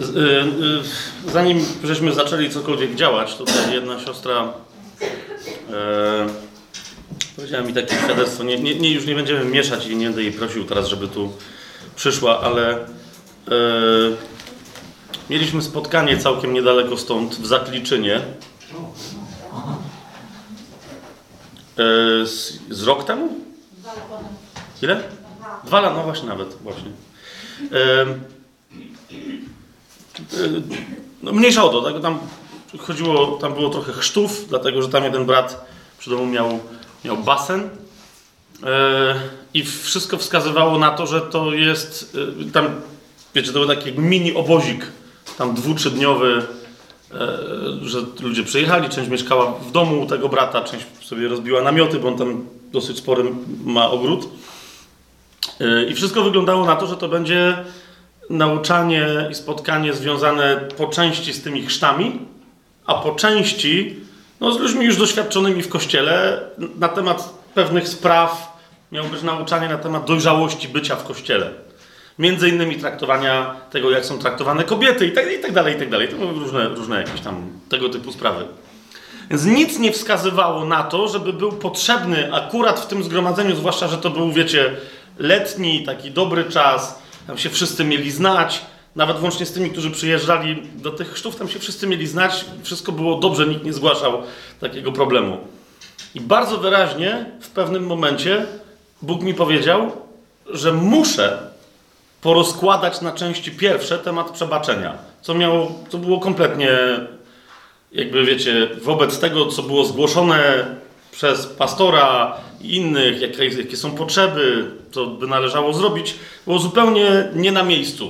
Zanim żeśmy zaczęli cokolwiek działać, tutaj jedna siostra powiedziała mi takie świadectwo. Już nie będziemy mieszać i nie będę jej prosił teraz, żeby tu przyszła, ale mieliśmy spotkanie całkiem niedaleko stąd, w Zakliczynie. Z rok temu? Ile? 2 lata, no właśnie nawet, właśnie. No mniejsza o to, tak? Tam chodziło, tam było trochę chrztów, dlatego że tam jeden brat przy domu miał basen i wszystko wskazywało na to, że to jest tam, wiecie, to był taki mini obozik, tam 2-3-dniowy, że ludzie przyjechali, część mieszkała w domu u tego brata, część sobie rozbiła namioty, bo on tam dosyć spory ma ogród. I wszystko wyglądało na to, że to będzie nauczanie i spotkanie związane po części z tymi chrztami, a po części z ludźmi już doświadczonymi w kościele na temat pewnych spraw. Miało być nauczanie na temat dojrzałości bycia w kościele. Między innymi traktowania tego, jak są traktowane kobiety i tak dalej, i tak dalej. To były różne jakieś tam tego typu sprawy. Więc nic nie wskazywało na to, żeby był potrzebny akurat w tym zgromadzeniu, zwłaszcza, że to był, wiecie, letni, taki dobry czas, tam się wszyscy mieli znać, nawet włącznie z tymi, którzy przyjeżdżali do tych chrztów, tam się wszyscy mieli znać, wszystko było dobrze, nikt nie zgłaszał takiego problemu. I bardzo wyraźnie w pewnym momencie Bóg mi powiedział, że muszę porozkładać na części pierwsze temat przebaczenia, co było kompletnie, jakby wiecie, wobec tego, co było zgłoszone przez pastora i innych, jakie są potrzeby, co by należało zrobić, było zupełnie nie na miejscu.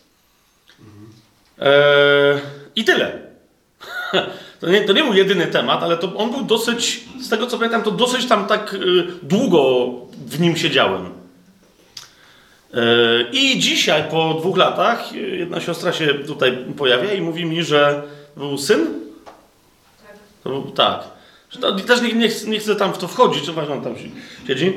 I tyle. To nie był jedyny temat, ale on był dosyć, z tego co pamiętam, to dosyć tam tak długo w nim siedziałem. I dzisiaj, po 2 latach, jedna siostra się tutaj pojawia i mówi mi, że był syn? Tak. Też nie chcę tam w to wchodzić, czy właśnie on tam siedzi,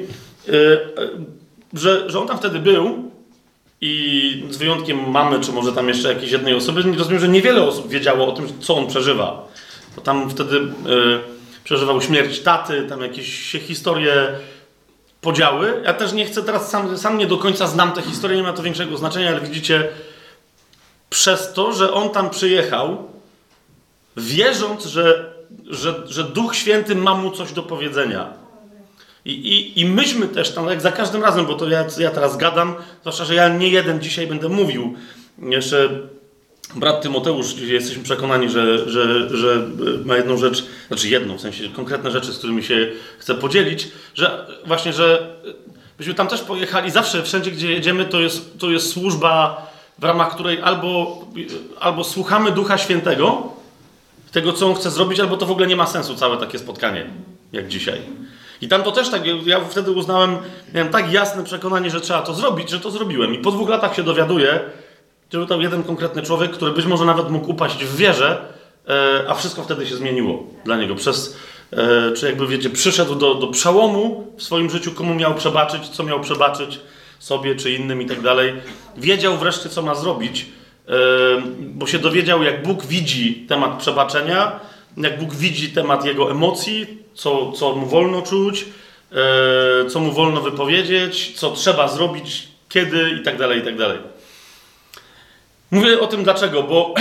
że on tam wtedy był i z wyjątkiem mamy, czy może tam jeszcze jakiejś jednej osoby, rozumiem, że niewiele osób wiedziało o tym, co on przeżywa. Bo tam wtedy przeżywał śmierć taty, tam jakieś się historie podziały. Ja też nie chcę teraz, sam nie do końca znam tę historię, nie ma to większego znaczenia, ale widzicie, przez to, że on tam przyjechał, wierząc, że Duch Święty ma mu coś do powiedzenia. I myśmy też tam, jak za każdym razem, bo to ja teraz gadam, zwłaszcza, że ja nie jeden dzisiaj będę mówił. Jeszcze brat Tymoteusz, jesteśmy przekonani, że ma jedną rzecz, znaczy jedną, w sensie konkretne rzeczy, z którymi się chce podzielić, że właśnie, że myśmy tam też pojechali, zawsze wszędzie, gdzie jedziemy, to jest służba, w ramach której albo słuchamy Ducha Świętego, tego, co on chce zrobić, albo to w ogóle nie ma sensu całe takie spotkanie, jak dzisiaj. I tam to też tak, ja wtedy miałem tak jasne przekonanie, że trzeba to zrobić, że to zrobiłem. I po 2 latach się dowiaduję, że był tam jeden konkretny człowiek, który być może nawet mógł upaść w wierze, a wszystko wtedy się zmieniło dla niego. Czy jakby wiecie, przyszedł do przełomu w swoim życiu, komu miał przebaczyć, co miał przebaczyć sobie czy innym i tak dalej. Wiedział wreszcie, co ma zrobić, bo się dowiedział, jak Bóg widzi temat przebaczenia, jak Bóg widzi temat jego emocji, co mu wolno czuć, co mu wolno wypowiedzieć, co trzeba zrobić, kiedy i tak dalej, i tak dalej. Mówię o tym dlaczego, bo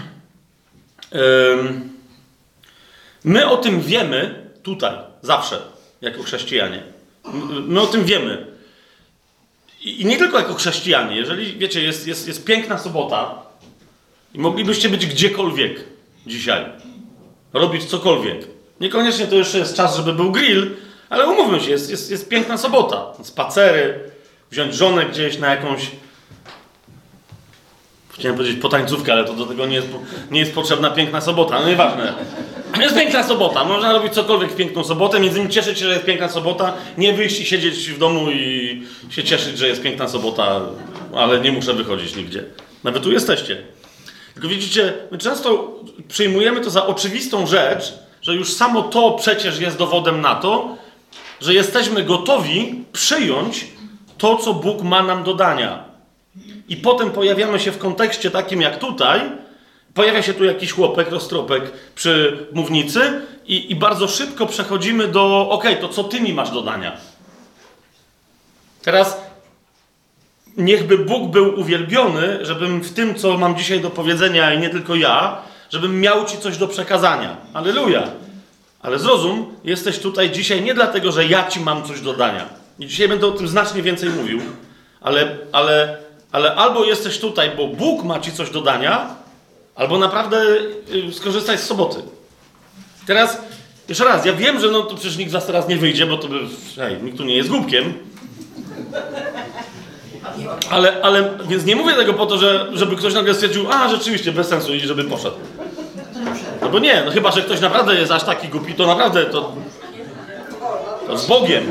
my o tym wiemy tutaj, zawsze, jako chrześcijanie. My o tym wiemy. I nie tylko jako chrześcijanie. Jeżeli, wiecie, jest piękna sobota i moglibyście być gdziekolwiek dzisiaj, robić cokolwiek. Niekoniecznie to jeszcze jest czas, żeby był grill, ale umówmy się, jest piękna sobota. Spacery, wziąć żonę gdzieś na jakąś, chciałem powiedzieć potańcówkę, ale to do tego nie jest potrzebna piękna sobota. No nieważne. Jest piękna sobota. Można robić cokolwiek w piękną sobotę. Między innymi cieszyć się, że jest piękna sobota. Nie wyjść i siedzieć w domu i się cieszyć, że jest piękna sobota, ale nie muszę wychodzić nigdzie. Nawet tu jesteście. Tylko widzicie, my często przyjmujemy to za oczywistą rzecz, że już samo to przecież jest dowodem na to, że jesteśmy gotowi przyjąć to, co Bóg ma nam do dania. I potem pojawiamy się w kontekście takim jak tutaj, pojawia się tu jakiś chłopek, roztropek przy mównicy i bardzo szybko przechodzimy do okej, to co ty mi masz do dania? Teraz niechby Bóg był uwielbiony, żebym w tym, co mam dzisiaj do powiedzenia i nie tylko ja, żebym miał ci coś do przekazania. Alleluja. Ale zrozum, jesteś tutaj dzisiaj nie dlatego, że ja ci mam coś do dania. I dzisiaj będę o tym znacznie więcej mówił, ale albo jesteś tutaj, bo Bóg ma ci coś do dania, albo naprawdę skorzystaj z soboty. Teraz, jeszcze raz, ja wiem, że no to przecież nikt z was teraz nie wyjdzie, bo to by, nikt tu nie jest głupkiem. Więc nie mówię tego po to, żeby ktoś nagle stwierdził, rzeczywiście, bez sensu i żeby poszedł. No bo nie, no chyba, że ktoś naprawdę jest aż taki głupi, to naprawdę to z Bogiem.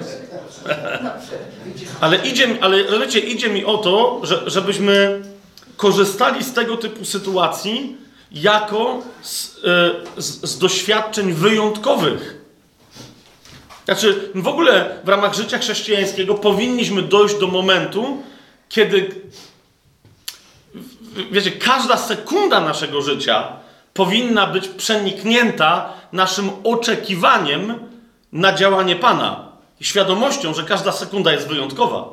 ale idzie mi o to, żebyśmy korzystali z tego typu sytuacji jako z doświadczeń wyjątkowych. Znaczy, w ogóle w ramach życia chrześcijańskiego powinniśmy dojść do momentu, kiedy, wiecie, każda sekunda naszego życia powinna być przeniknięta naszym oczekiwaniem na działanie Pana. I świadomością, że każda sekunda jest wyjątkowa.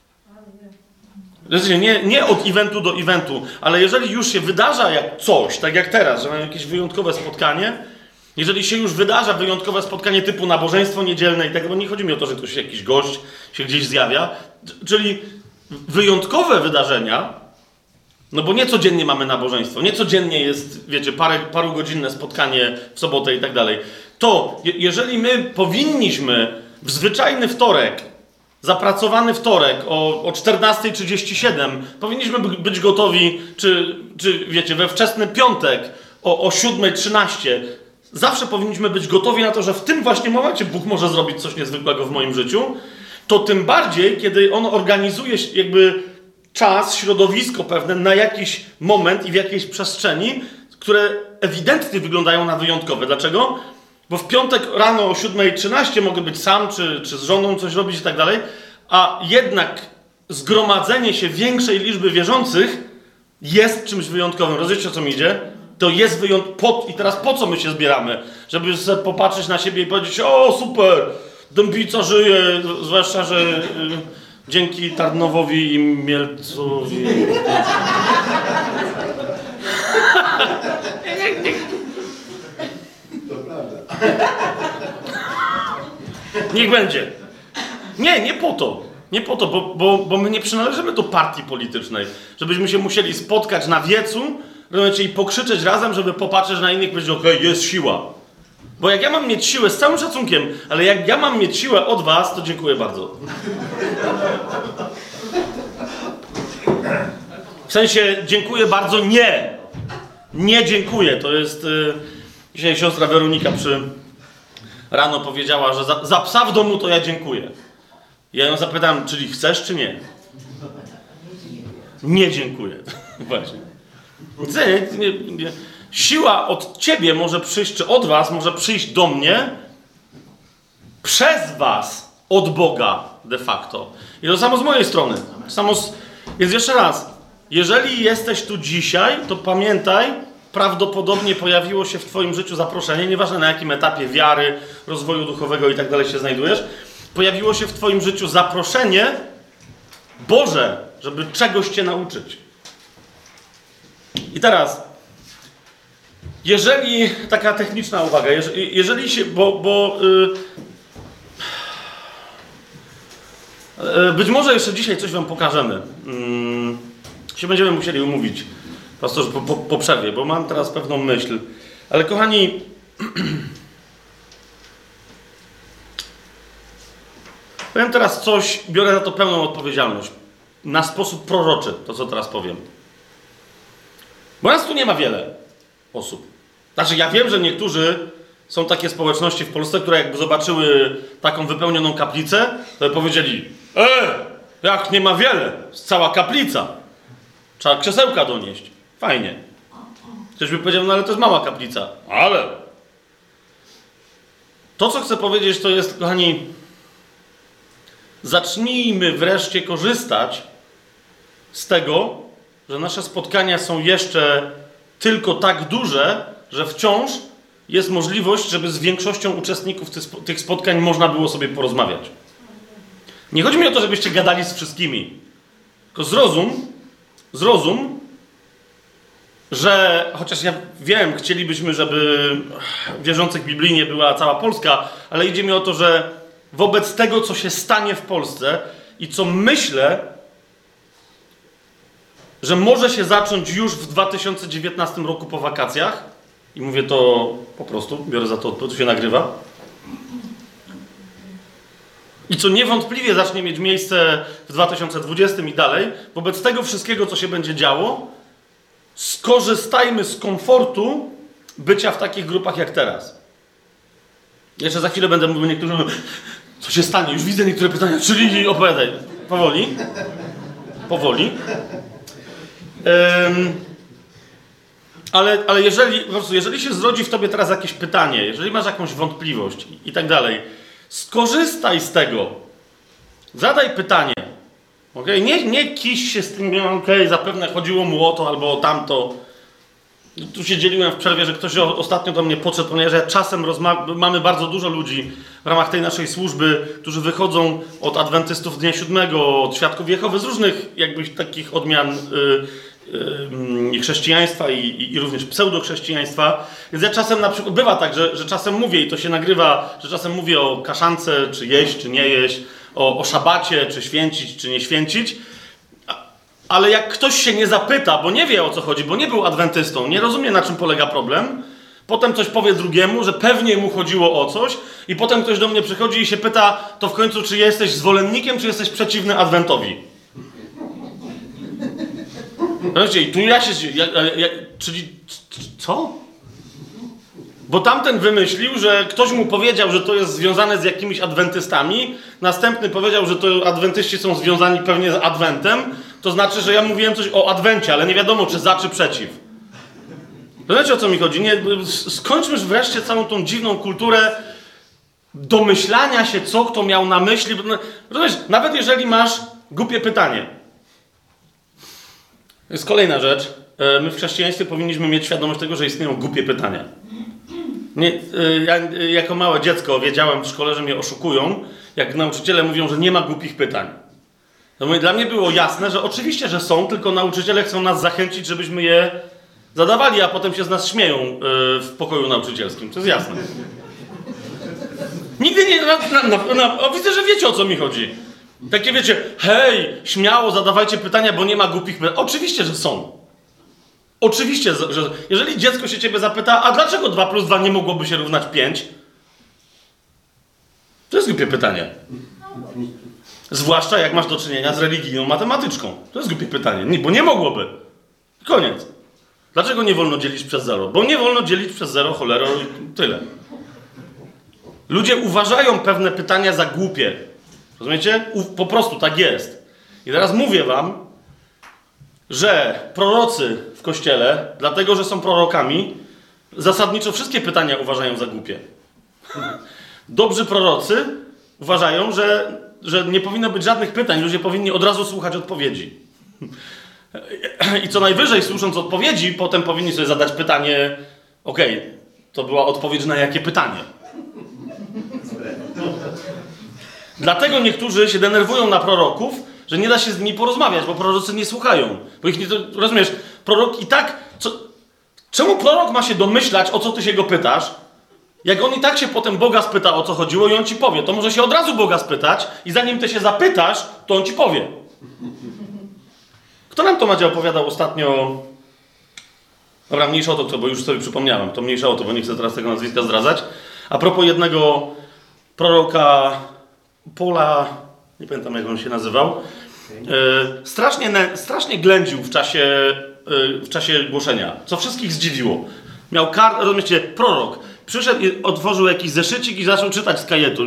Nie od eventu do eventu, ale jeżeli już się wydarza jak coś, tak jak teraz, że mamy jakieś wyjątkowe spotkanie, jeżeli się już wydarza wyjątkowe spotkanie typu nabożeństwo niedzielne i tak, bo nie chodzi mi o to, że ktoś, jakiś gość się gdzieś zjawia, czyli wyjątkowe wydarzenia, no bo nie codziennie mamy nabożeństwo, nie codziennie jest, wiecie, parugodzinne spotkanie w sobotę i tak dalej, to jeżeli my powinniśmy w zwyczajny wtorek, zapracowany wtorek o 14:37 powinniśmy być gotowi, czy wiecie, we wczesny piątek o 7:13 zawsze powinniśmy być gotowi na to, że w tym właśnie momencie Bóg może zrobić coś niezwykłego w moim życiu, to tym bardziej, kiedy On organizuje jakby czas, środowisko pewne na jakiś moment i w jakiejś przestrzeni, które ewidentnie wyglądają na wyjątkowe. Dlaczego? Bo w piątek rano o 7:13 mogę być sam, czy z żoną coś robić i tak dalej, a jednak zgromadzenie się większej liczby wierzących jest czymś wyjątkowym. Rozumiecie, o co mi idzie? To jest wyjątkowe. I teraz po co my się zbieramy? Żeby sobie popatrzeć na siebie i powiedzieć, o super, Dębica żyje, zwłaszcza, że dzięki Tarnowowi i Mielcowi. To prawda. Niech będzie. Nie po to. Nie po to, bo my nie przynależymy do partii politycznej. Żebyśmy się musieli spotkać na wiecu, rozumiecie, i pokrzyczeć razem, żeby popatrzeć na innych i powiedzieć, okej, jest siła. Bo jak ja mam mieć siłę, z całym szacunkiem, ale jak ja mam mieć siłę od was, to dziękuję bardzo. W sensie, dziękuję bardzo, nie. Nie dziękuję. To jest... Dzisiaj siostra Weronika rano powiedziała, że za psa w domu to ja dziękuję. Ja ją zapytałem, czyli chcesz, czy nie? Nie dziękuję. Właśnie. Siła od ciebie może przyjść, czy od was może przyjść do mnie przez was od Boga de facto. I to samo z mojej strony. Więc jeszcze raz, jeżeli jesteś tu dzisiaj, to pamiętaj, prawdopodobnie pojawiło się w twoim życiu zaproszenie, nieważne na jakim etapie wiary, rozwoju duchowego i tak dalej się znajdujesz, pojawiło się w twoim życiu zaproszenie Boże, żeby czegoś cię nauczyć. I teraz, jeżeli, taka techniczna uwaga, jeżeli się, być może jeszcze dzisiaj coś wam pokażemy. Się będziemy musieli umówić, pastorze, po przerwie, bo mam teraz pewną myśl. Ale kochani, powiem teraz coś, biorę za to pełną odpowiedzialność. Na sposób proroczy, to co teraz powiem. Bo nas tu nie ma wiele osób. Znaczy, ja wiem, że niektórzy są takie społeczności w Polsce, które jakby zobaczyły taką wypełnioną kaplicę, to by powiedzieli, jak nie ma wiele, cała kaplica. Trzeba krzesełka donieść. Fajnie. Ktoś by powiedział, no ale to jest mała kaplica. Ale to, co chcę powiedzieć, to jest, kochani, zacznijmy wreszcie korzystać z tego, że nasze spotkania są jeszcze tylko tak duże, że wciąż jest możliwość, żeby z większością uczestników tych spotkań można było sobie porozmawiać. Nie chodzi mi o to, żebyście gadali z wszystkimi. Tylko zrozum, że chociaż ja wiem, chcielibyśmy, żeby wierzących biblijnie była cała Polska, ale idzie mi o to, że wobec tego, co się stanie w Polsce i co myślę, że może się zacząć już w 2019 roku po wakacjach, i mówię to po prostu, biorę za to się nagrywa, i co niewątpliwie zacznie mieć miejsce w 2020 i dalej, wobec tego wszystkiego, co się będzie działo, skorzystajmy z komfortu bycia w takich grupach jak teraz. Jeszcze za chwilę będę mówił niektórzy, co się stanie, już widzę niektóre pytania, czyli opowiadaj. Powoli. Ale jeżeli się zrodzi w tobie teraz jakieś pytanie, jeżeli masz jakąś wątpliwość i tak dalej, skorzystaj z tego. Zadaj pytanie. Okay? Nie kiś się z tym, zapewne chodziło mu o to albo o tamto. Tu się dzieliłem w przerwie, że ktoś ostatnio do mnie podszedł, ponieważ ja czasem mamy bardzo dużo ludzi w ramach tej naszej służby, którzy wychodzą od adwentystów Dnia Siódmego, od Świadków Jehowy, z różnych jakby takich odmian chrześcijaństwa i również pseudochrześcijaństwa. Więc ja czasem na przykład, bywa tak, że czasem mówię i to się nagrywa, że czasem mówię o kaszance, czy jeść, czy nie jeść, o szabacie, czy święcić, czy nie święcić. Ale jak ktoś się nie zapyta, bo nie wie o co chodzi, bo nie był adwentystą, nie rozumie na czym polega problem, potem coś powie drugiemu, że pewnie mu chodziło o coś i potem ktoś do mnie przychodzi i się pyta, to w końcu czy jesteś zwolennikiem, czy jesteś przeciwny adwentowi? I tu czyli co? Bo tamten wymyślił, że ktoś mu powiedział, że to jest związane z jakimiś adwentystami, następny powiedział, że to adwentyści są związani pewnie z adwentem, to znaczy, że ja mówiłem coś o adwencie, ale nie wiadomo, czy za, czy przeciw. Wiecie, o co mi chodzi? Skończmy wreszcie całą tą dziwną kulturę domyślania się, co kto miał na myśli. Rozumiesz, nawet jeżeli masz głupie pytanie. To jest kolejna rzecz. My w chrześcijaństwie powinniśmy mieć świadomość tego, że istnieją głupie pytania. Ja jako małe dziecko wiedziałem w szkole, że mnie oszukują, jak nauczyciele mówią, że nie ma głupich pytań. No dla mnie było jasne, że oczywiście, że są, tylko nauczyciele chcą nas zachęcić, żebyśmy je zadawali, a potem się z nas śmieją w pokoju nauczycielskim. To jest jasne. Nigdy nie... widzę, że wiecie, o co mi chodzi. Takie wiecie, hej, śmiało zadawajcie pytania, bo nie ma głupich pytań. Oczywiście, że są. Oczywiście, że jeżeli dziecko się ciebie zapyta, a dlaczego 2 plus 2 nie mogłoby się równać 5? To jest głupie pytanie. Zwłaszcza jak masz do czynienia z religijną matematyczką. To jest głupie pytanie, bo nie mogłoby. Koniec. Dlaczego nie wolno dzielić przez 0? Bo nie wolno dzielić przez 0, cholero, i tyle. Ludzie uważają pewne pytania za głupie. Rozumiecie? Po prostu tak jest. I teraz mówię wam, że prorocy w Kościele, dlatego że są prorokami, zasadniczo wszystkie pytania uważają za głupie. Dobrzy prorocy uważają, że nie powinno być żadnych pytań, ludzie powinni od razu słuchać odpowiedzi. I co najwyżej, słysząc odpowiedzi, potem powinni sobie zadać pytanie, to była odpowiedź na jakie pytanie? Dlatego niektórzy się denerwują na proroków, że nie da się z nimi porozmawiać, bo prorocy nie słuchają. Bo ich nie, rozumiesz, prorok i tak... Czemu prorok ma się domyślać, o co ty się go pytasz? Jak on i tak się potem Boga spyta, o co chodziło i on ci powie, to może się od razu Boga spytać i zanim ty się zapytasz, to on ci powie. Kto nam to Madzia opowiadał ostatnio? Dobra, mniejsza o to, bo już sobie przypomniałem. To mniejsza o to, bo nie chcę teraz tego nazwiska zdradzać. A propos jednego proroka Paula, nie pamiętam jak on się nazywał, strasznie ględził w czasie głoszenia, co wszystkich zdziwiło. Miał rozumiecie, prorok przyszedł i otworzył jakiś zeszycik i zaczął czytać z kajetu.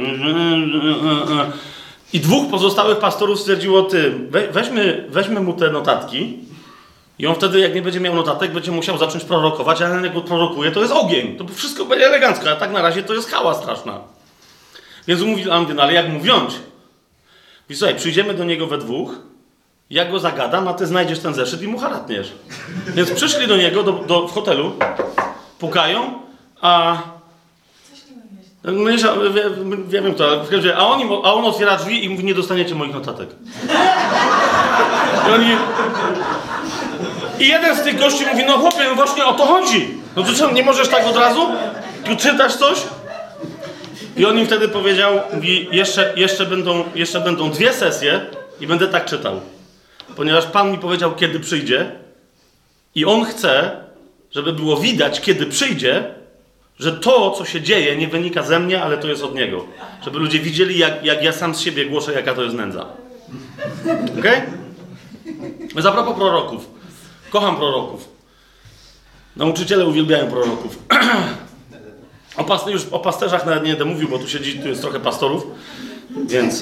I 2 pozostałych pastorów stwierdziło, weźmy mu te notatki i on wtedy, jak nie będzie miał notatek, będzie musiał zacząć prorokować, ale jak go prorokuje, to jest ogień. To wszystko będzie elegancko, a tak na razie to jest chała straszna. Więc mówi, no ale jak mu wziąć? I słuchaj, przyjdziemy do niego we 2 Ja go zagadam, a ty znajdziesz ten zeszyt i mu haratniesz. Więc przyszli do niego w hotelu, pukają, a... Ja wiem to, ale w każdym razie, a on otwiera drzwi i mówi, nie dostaniecie moich notatek. I jeden z tych gości mówi, no chłopie, no właśnie o to chodzi. No to co, nie możesz tak od razu? Tu czytasz coś? I on im wtedy powiedział, mówi, jeszcze będą 2 sesje i będę tak czytał. Ponieważ Pan mi powiedział, kiedy przyjdzie i On chce, żeby było widać, kiedy przyjdzie, że to, co się dzieje, nie wynika ze mnie, ale to jest od Niego. Żeby ludzie widzieli, jak ja sam z siebie głoszę, jaka to jest nędza. Okej? A propos proroków. Kocham proroków. Nauczyciele uwielbiają proroków. Już o pasterzach nawet nie będę mówił, bo tu jest trochę pastorów, więc...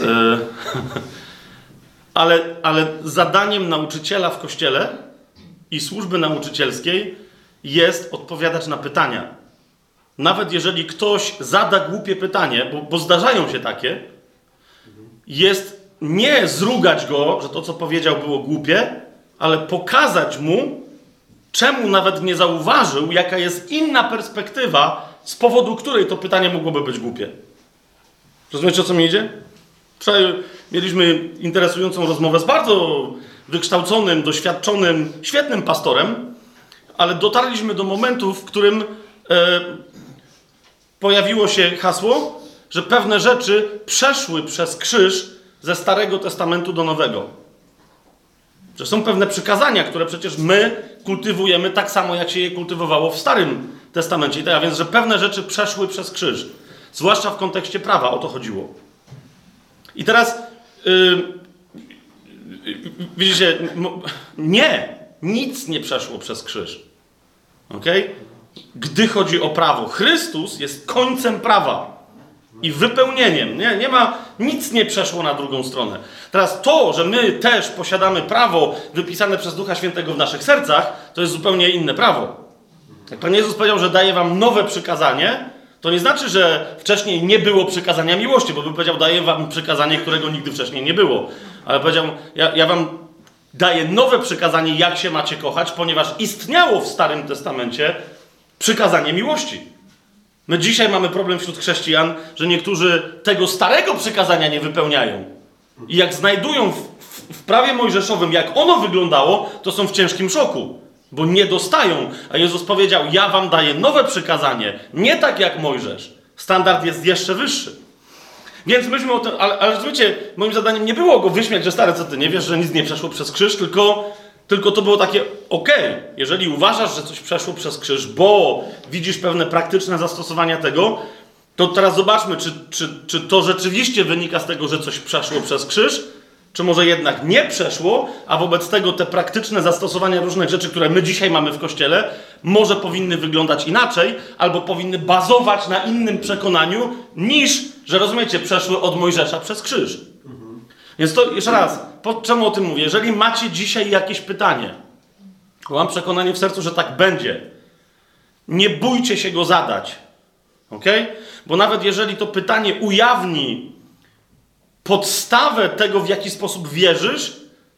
Ale zadaniem nauczyciela w kościele i służby nauczycielskiej jest odpowiadać na pytania. Nawet jeżeli ktoś zada głupie pytanie, bo zdarzają się takie, jest nie zrugać go, że to, co powiedział, było głupie, ale pokazać mu, czemu nawet nie zauważył, jaka jest inna perspektywa, z powodu której to pytanie mogłoby być głupie. Rozumiecie, o co mi idzie? Wczoraj mieliśmy interesującą rozmowę z bardzo wykształconym, doświadczonym, świetnym pastorem, ale dotarliśmy do momentu, w którym pojawiło się hasło, że pewne rzeczy przeszły przez krzyż ze Starego Testamentu do Nowego. Że są pewne przykazania, które przecież my kultywujemy tak samo, jak się je kultywowało w Starym Testamencie. A więc, że pewne rzeczy przeszły przez krzyż. Zwłaszcza w kontekście prawa, o to chodziło. I teraz widzicie, nic nie przeszło przez krzyż. Okej? Gdy chodzi o prawo, Chrystus jest końcem prawa i wypełnieniem. Nic nie przeszło na drugą stronę. Teraz to, że my też posiadamy prawo wypisane przez Ducha Świętego w naszych sercach, to jest zupełnie inne prawo. Jak Pan Jezus powiedział, że daje wam nowe przykazanie, to nie znaczy, że wcześniej nie było przykazania miłości, bo by powiedział, daję wam przykazanie, którego nigdy wcześniej nie było. Ale powiedział, ja wam daję nowe przykazanie, jak się macie kochać, ponieważ istniało w Starym Testamencie przykazanie miłości. My dzisiaj mamy problem wśród chrześcijan, że niektórzy tego starego przykazania nie wypełniają. I jak znajdują w prawie mojżeszowym, jak ono wyglądało, to są w ciężkim szoku. Bo nie dostają. A Jezus powiedział, ja wam daję nowe przykazanie. Nie tak jak Mojżesz. Standard jest jeszcze wyższy. Więc myśmy o tym... Ale rozumiecie, moim zadaniem nie było go wyśmiać, że stary, co ty nie wiesz, że nic nie przeszło przez krzyż, tylko to było takie, okej, jeżeli uważasz, że coś przeszło przez krzyż, bo widzisz pewne praktyczne zastosowania tego, to teraz zobaczmy, czy to rzeczywiście wynika z tego, że coś przeszło przez krzyż, czy może jednak nie przeszło, a wobec tego te praktyczne zastosowania różnych rzeczy, które my dzisiaj mamy w Kościele, może powinny wyglądać inaczej, albo powinny bazować na innym przekonaniu, niż, że rozumiecie, przeszły od Mojżesza przez krzyż. Więc to jeszcze raz, czemu o tym mówię? Jeżeli macie dzisiaj jakieś pytanie, mam przekonanie w sercu, że tak będzie, nie bójcie się go zadać. Okay? Bo nawet jeżeli to pytanie ujawni podstawę tego, w jaki sposób wierzysz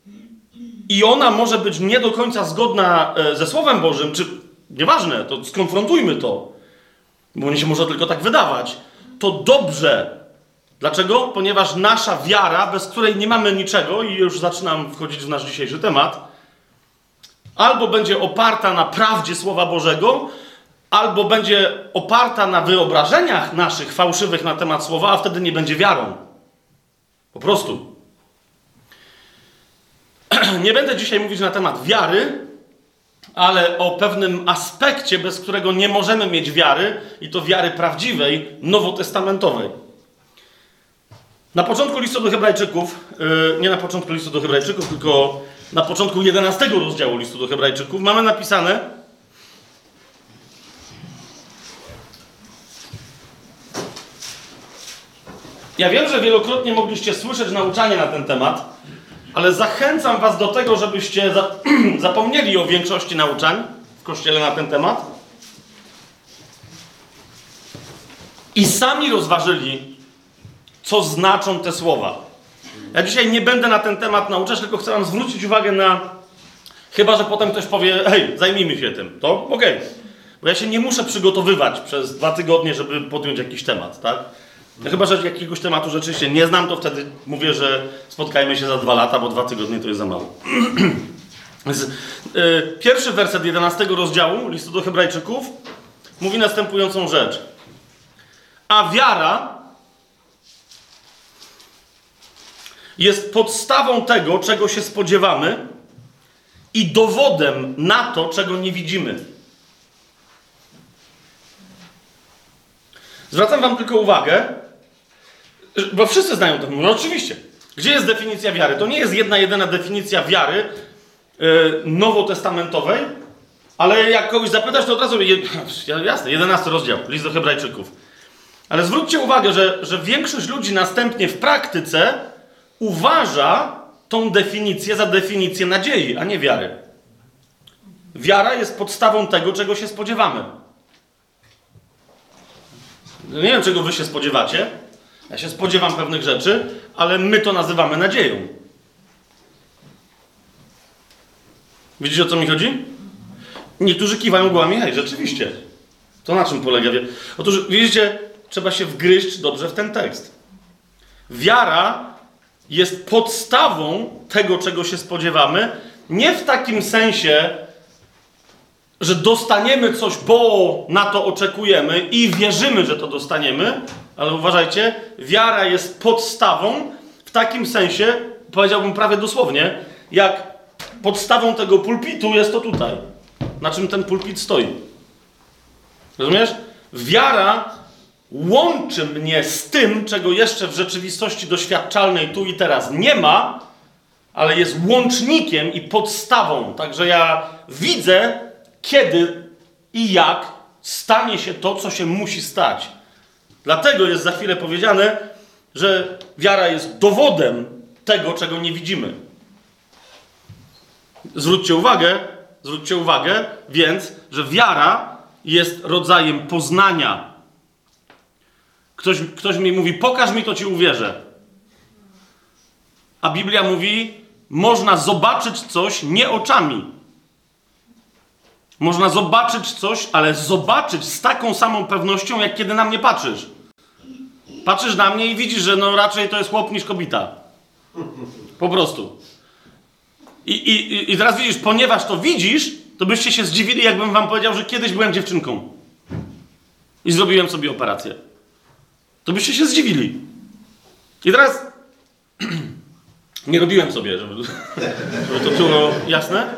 i ona może być nie do końca zgodna ze Słowem Bożym, czy nieważne, to skonfrontujmy to, bo mnie się może tylko tak wydawać, to dobrze. Dlaczego? Ponieważ nasza wiara, bez której nie mamy niczego, i już zaczynam wchodzić w nasz dzisiejszy temat, albo będzie oparta na prawdzie Słowa Bożego, albo będzie oparta na wyobrażeniach naszych fałszywych na temat Słowa, a wtedy nie będzie wiarą. Po prostu. Nie będę dzisiaj mówić na temat wiary, ale o pewnym aspekcie, bez którego nie możemy mieć wiary, i to wiary prawdziwej, nowotestamentowej. Na początku listu do Hebrajczyków, nie na początku listu do Hebrajczyków, tylko na początku 11 rozdziału listu do Hebrajczyków, mamy napisane: ja wiem, że wielokrotnie mogliście słyszeć nauczanie na ten temat, ale zachęcam was do tego, żebyście zapomnieli o większości nauczań w Kościele na ten temat i sami rozważyli, co znaczą te słowa. Ja dzisiaj nie będę na ten temat nauczać, tylko chcę wam zwrócić uwagę na... Chyba że potem ktoś powie, hej, zajmijmy się tym, to okej. Bo ja się nie muszę przygotowywać przez 2 tygodnie, żeby podjąć jakiś temat, tak? No chyba że jakiegoś tematu rzeczywiście nie znam, to wtedy mówię, że spotkajmy się za 2 lata, bo 2 tygodnie to jest za mało. Pierwszy werset 11 rozdziału listu do Hebrajczyków mówi następującą rzecz. A wiara jest podstawą tego, czego się spodziewamy i dowodem na to, czego nie widzimy. Zwracam wam tylko uwagę, bo wszyscy znają to. No oczywiście. Gdzie jest definicja wiary? To nie jest jedyna definicja wiary nowotestamentowej, ale jak kogoś zapytasz, to od razu... Jasne, 11 rozdział, list do Hebrajczyków. Ale zwróćcie uwagę, że większość ludzi następnie w praktyce uważa tą definicję za definicję nadziei, a nie wiary. Wiara jest podstawą tego, czego się spodziewamy. Nie wiem, czego wy się spodziewacie. Ja się spodziewam pewnych rzeczy, ale my to nazywamy nadzieją. Widzicie, o co mi chodzi? Niektórzy kiwają głowami, hej, rzeczywiście. To na czym polega wiara? Otóż, widzicie, trzeba się wgryźć dobrze w ten tekst. Wiara jest podstawą tego, czego się spodziewamy, nie w takim sensie, że dostaniemy coś, bo na to oczekujemy i wierzymy, że to dostaniemy, ale uważajcie, wiara jest podstawą w takim sensie, powiedziałbym prawie dosłownie, jak podstawą tego pulpitu jest to tutaj, na czym ten pulpit stoi. Rozumiesz? Wiara łączy mnie z tym, czego jeszcze w rzeczywistości doświadczalnej tu i teraz nie ma, ale jest łącznikiem i podstawą. Także ja widzę, kiedy i jak stanie się to, co się musi stać. Dlatego jest za chwilę powiedziane, że wiara jest dowodem tego, czego nie widzimy. Zwróćcie uwagę, więc, że wiara jest rodzajem poznania. Ktoś mi mówi, pokaż mi, to ci uwierzę. A Biblia mówi, można zobaczyć coś nie oczami. Można zobaczyć coś, ale zobaczyć z taką samą pewnością, jak kiedy na mnie patrzysz. Patrzysz na mnie i widzisz, że no raczej to jest chłop niż kobieta. Po prostu. I teraz widzisz, ponieważ to widzisz, to byście się zdziwili, jakbym wam powiedział, że kiedyś byłem dziewczynką. I zrobiłem sobie operację. To byście się zdziwili. I teraz... Nie robiłem sobie, żeby to było jasne.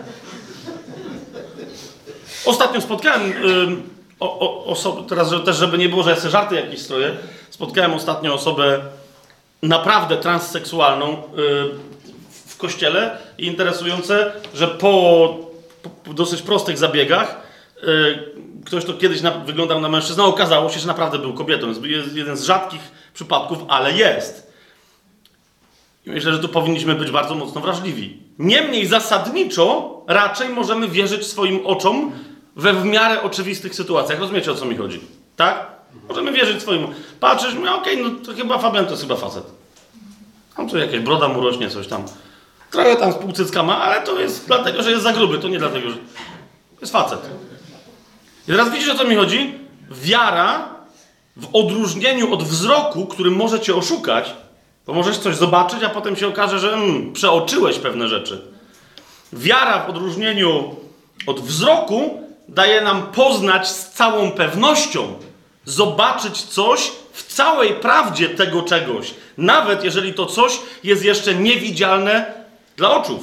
Ostatnio spotkałem osobę, teraz też żeby nie było, że ja sobie żarty jakieś stroję, spotkałem ostatnio osobę naprawdę transseksualną w kościele i interesujące, że po dosyć prostych zabiegach ktoś, kto kiedyś wyglądał na mężczyznę, okazało się, że naprawdę był kobietą. Jest jeden z rzadkich przypadków, ale jest. I myślę, że tu powinniśmy być bardzo mocno wrażliwi. Niemniej zasadniczo raczej możemy wierzyć swoim oczom we w miarę oczywistych sytuacjach. Rozumiecie, o co mi chodzi? Tak? Możemy wierzyć swoim... Patrzysz, no okej, no to chyba Fabian to jest chyba facet. Tam tu jakaś broda mu rośnie, coś tam. Trochę tam z półcycka ma, ale to jest dlatego, że jest za gruby. To nie dlatego, że... jest facet. I teraz widzisz, o co mi chodzi? Wiara w odróżnieniu od wzroku, który może cię oszukać, bo możesz coś zobaczyć, a potem się okaże, że przeoczyłeś pewne rzeczy. Wiara w odróżnieniu od wzroku daje nam poznać z całą pewnością, zobaczyć coś w całej prawdzie tego czegoś, nawet jeżeli to coś jest jeszcze niewidzialne dla oczów.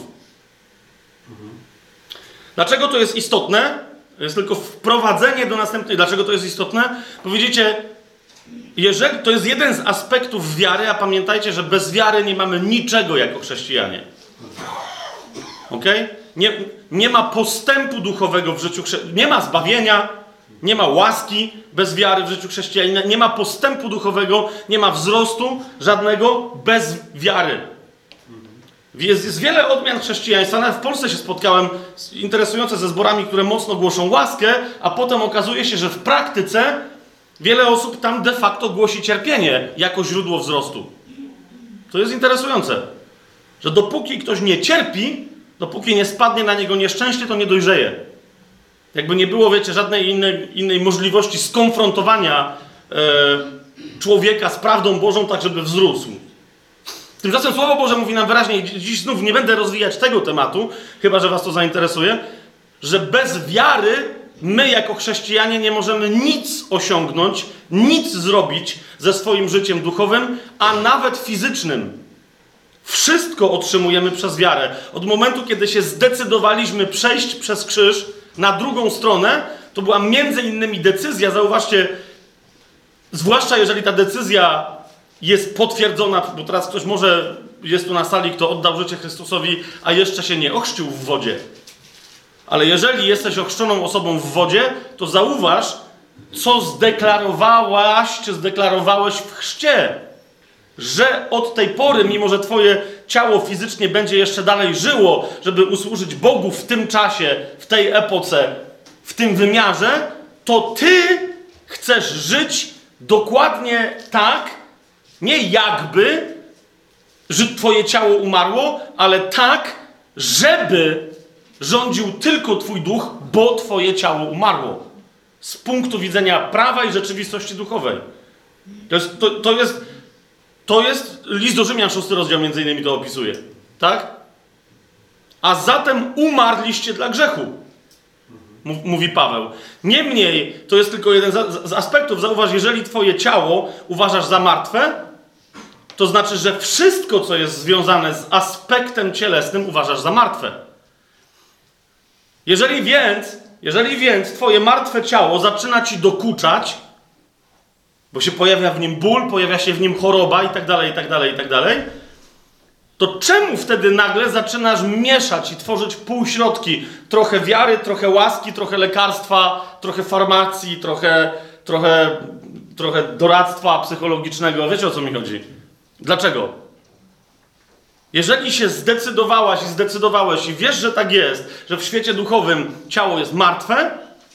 Dlaczego to jest istotne? To jest tylko wprowadzenie do następnej. Dlaczego to jest istotne? Bo widzicie, jeżeli to jest jeden z aspektów wiary, a pamiętajcie, że bez wiary nie mamy niczego jako chrześcijanie. Okej? Nie ma postępu duchowego w życiu chrześcijanina. Nie ma zbawienia, nie ma łaski bez wiary w życiu chrześcijanina. Nie ma postępu duchowego, nie ma wzrostu żadnego bez wiary. Jest wiele odmian chrześcijaństwa. Nawet w Polsce się spotkałem interesujące ze zborami, które mocno głoszą łaskę, a potem okazuje się, że w praktyce wiele osób tam de facto głosi cierpienie jako źródło wzrostu. To jest interesujące, że dopóki ktoś nie cierpi, dopóki nie spadnie na niego nieszczęście, to nie dojrzeje. Jakby nie było, wiecie, żadnej innej możliwości skonfrontowania człowieka z prawdą Bożą, tak żeby wzrósł. Tymczasem Słowo Boże mówi nam wyraźnie, i dziś znów nie będę rozwijać tego tematu, chyba że was to zainteresuje, że bez wiary my jako chrześcijanie nie możemy nic osiągnąć, nic zrobić ze swoim życiem duchowym, a nawet fizycznym. Wszystko otrzymujemy przez wiarę. Od momentu, kiedy się zdecydowaliśmy przejść przez krzyż na drugą stronę, to była między innymi decyzja, zauważcie, zwłaszcza jeżeli ta decyzja jest potwierdzona, bo teraz ktoś może jest tu na sali, kto oddał życie Chrystusowi, a jeszcze się nie ochrzcił w wodzie. Ale jeżeli jesteś ochrzczoną osobą w wodzie, to zauważ, co zdeklarowałaś, czy zdeklarowałeś w chrzcie. Że od tej pory, mimo że twoje ciało fizycznie będzie jeszcze dalej żyło, żeby usłużyć Bogu w tym czasie, w tej epoce, w tym wymiarze, to ty chcesz żyć dokładnie tak, nie jakby, że twoje ciało umarło, ale tak, żeby rządził tylko twój duch, bo twoje ciało umarło. Z punktu widzenia prawa i rzeczywistości duchowej. To jest list do Rzymian, 6 rozdział między innymi to opisuje. Tak? A zatem umarliście dla grzechu. Mówi Paweł. Niemniej, to jest tylko jeden z aspektów. Zauważ, jeżeli twoje ciało uważasz za martwe, to znaczy, że wszystko, co jest związane z aspektem cielesnym, uważasz za martwe. Jeżeli więc twoje martwe ciało zaczyna ci dokuczać, bo się pojawia w nim ból, pojawia się w nim choroba i tak dalej, to czemu wtedy nagle zaczynasz mieszać i tworzyć półśrodki? Trochę wiary, trochę łaski, trochę lekarstwa, trochę farmacji, trochę doradztwa psychologicznego. Wiecie, o co mi chodzi? Dlaczego? Jeżeli się zdecydowałaś i zdecydowałeś i wiesz, że tak jest, że w świecie duchowym ciało jest martwe,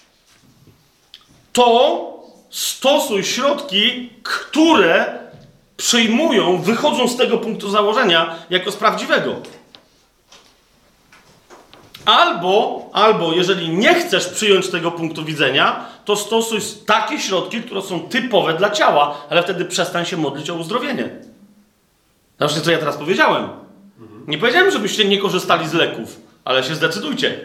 to stosuj środki, które wychodzą z tego punktu założenia jako z prawdziwego. Albo jeżeli nie chcesz przyjąć tego punktu widzenia, to stosuj takie środki, które są typowe dla ciała, ale wtedy przestań się modlić o uzdrowienie. Zobaczcie, co ja teraz powiedziałem. Nie powiedziałem, żebyście nie korzystali z leków, ale się zdecydujcie.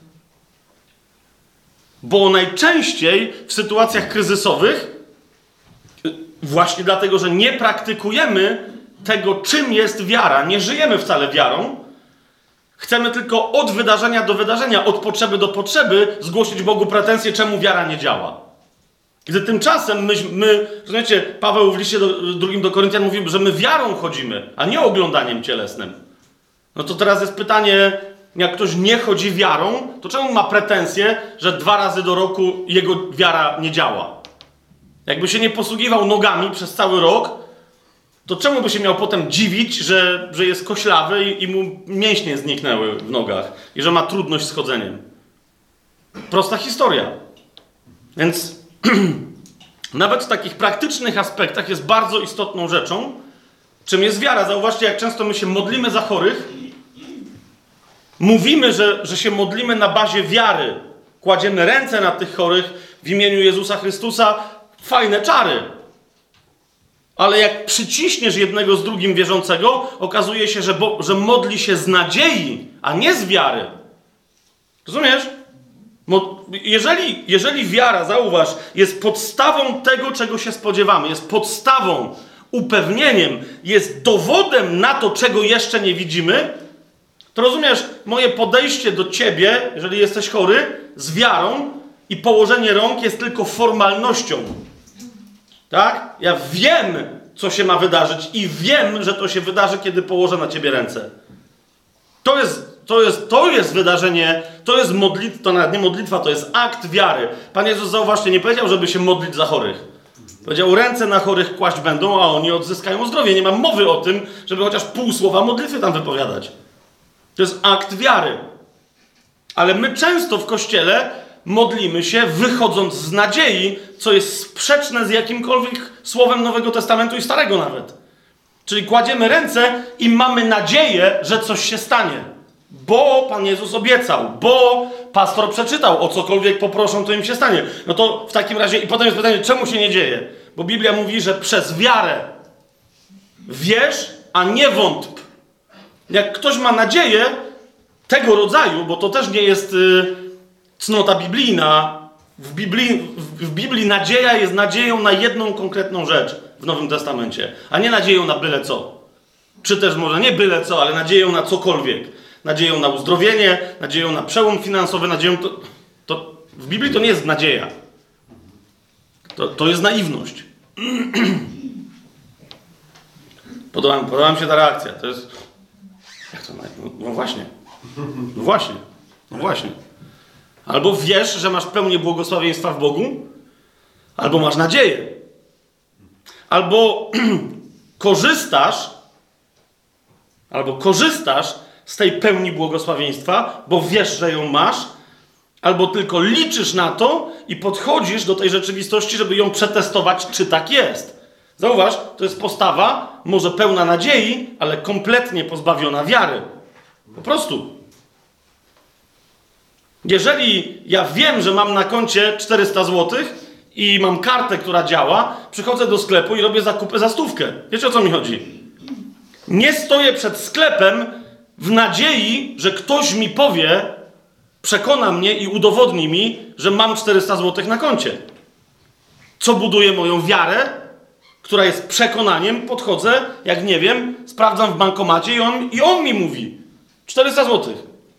Bo najczęściej w sytuacjach kryzysowych, właśnie dlatego, że nie praktykujemy tego, czym jest wiara, nie żyjemy wcale wiarą, chcemy tylko od wydarzenia do wydarzenia, od potrzeby do potrzeby zgłosić Bogu pretensje, czemu wiara nie działa. Gdy tymczasem rozumiecie, Paweł w liście drugim do Koryntian mówił, że my wiarą chodzimy, a nie oglądaniem cielesnym. No to teraz jest pytanie, jak ktoś nie chodzi wiarą, to czemu ma pretensje, że 2 razy do roku jego wiara nie działa? Jakby się nie posługiwał nogami przez cały rok, to czemu by się miał potem dziwić, że jest koślawy i mu mięśnie zniknęły w nogach i że ma trudność z chodzeniem? Prosta historia. Więc nawet w takich praktycznych aspektach jest bardzo istotną rzeczą, czym jest wiara. Zauważcie, jak często my się modlimy za chorych. Mówimy, że się modlimy na bazie wiary. Kładziemy ręce na tych chorych w imieniu Jezusa Chrystusa. Fajne czary. Ale jak przyciśniesz jednego z drugim wierzącego, okazuje się, że modli się z nadziei, a nie z wiary. Rozumiesz? Jeżeli wiara, zauważ, jest podstawą tego, czego się spodziewamy, jest podstawą, upewnieniem, jest dowodem na to, czego jeszcze nie widzimy, to rozumiesz, moje podejście do ciebie, jeżeli jesteś chory, z wiarą i położenie rąk jest tylko formalnością. Tak? Ja wiem, co się ma wydarzyć i wiem, że to się wydarzy, kiedy położę na ciebie ręce. To jest wydarzenie, to jest modlitwa, to nawet nie modlitwa, to jest akt wiary. Pan Jezus, zauważcie, nie powiedział, żeby się modlić za chorych. Powiedział, ręce na chorych kłaść będą, a oni odzyskają zdrowie. Nie mam mowy o tym, żeby chociaż pół słowa modlitwy tam wypowiadać. To jest akt wiary. Ale my często w Kościele modlimy się, wychodząc z nadziei, co jest sprzeczne z jakimkolwiek słowem Nowego Testamentu i Starego nawet. Czyli kładziemy ręce i mamy nadzieję, że coś się stanie. Bo Pan Jezus obiecał, bo pastor przeczytał, o cokolwiek poproszą, to im się stanie. No to w takim razie, i potem jest pytanie, czemu się nie dzieje? Bo Biblia mówi, że przez wiarę wierz, a nie wątp. Jak ktoś ma nadzieję tego rodzaju, bo to też nie jest cnota biblijna, w Biblii nadzieja jest nadzieją na jedną konkretną rzecz w Nowym Testamencie, a nie nadzieją na byle co. Czy też może nie byle co, ale nadzieją na cokolwiek. Nadzieją na uzdrowienie, nadzieją na przełom finansowy, nadzieją... To w Biblii to nie jest nadzieja. To jest naiwność. Podoba mi się ta reakcja. To jest... Jak to? No właśnie. No właśnie. No właśnie. Albo wiesz, że masz pełnię błogosławieństwa w Bogu, albo masz nadzieję. Albo korzystasz z tej pełni błogosławieństwa, bo wiesz, że ją masz, albo tylko liczysz na to i podchodzisz do tej rzeczywistości, żeby ją przetestować, czy tak jest. Zauważ, to jest postawa może pełna nadziei, ale kompletnie pozbawiona wiary. Po prostu. Jeżeli ja wiem, że mam na koncie 400 zł i mam kartę, która działa, przychodzę do sklepu i robię zakupy za 100. Wiecie, o co mi chodzi? Nie stoję przed sklepem w nadziei, że ktoś mi powie, przekona mnie i udowodni mi, że mam 400 zł na koncie. Co buduje moją wiarę, która jest przekonaniem, podchodzę, jak nie wiem, sprawdzam w bankomacie i on mi mówi 400 zł.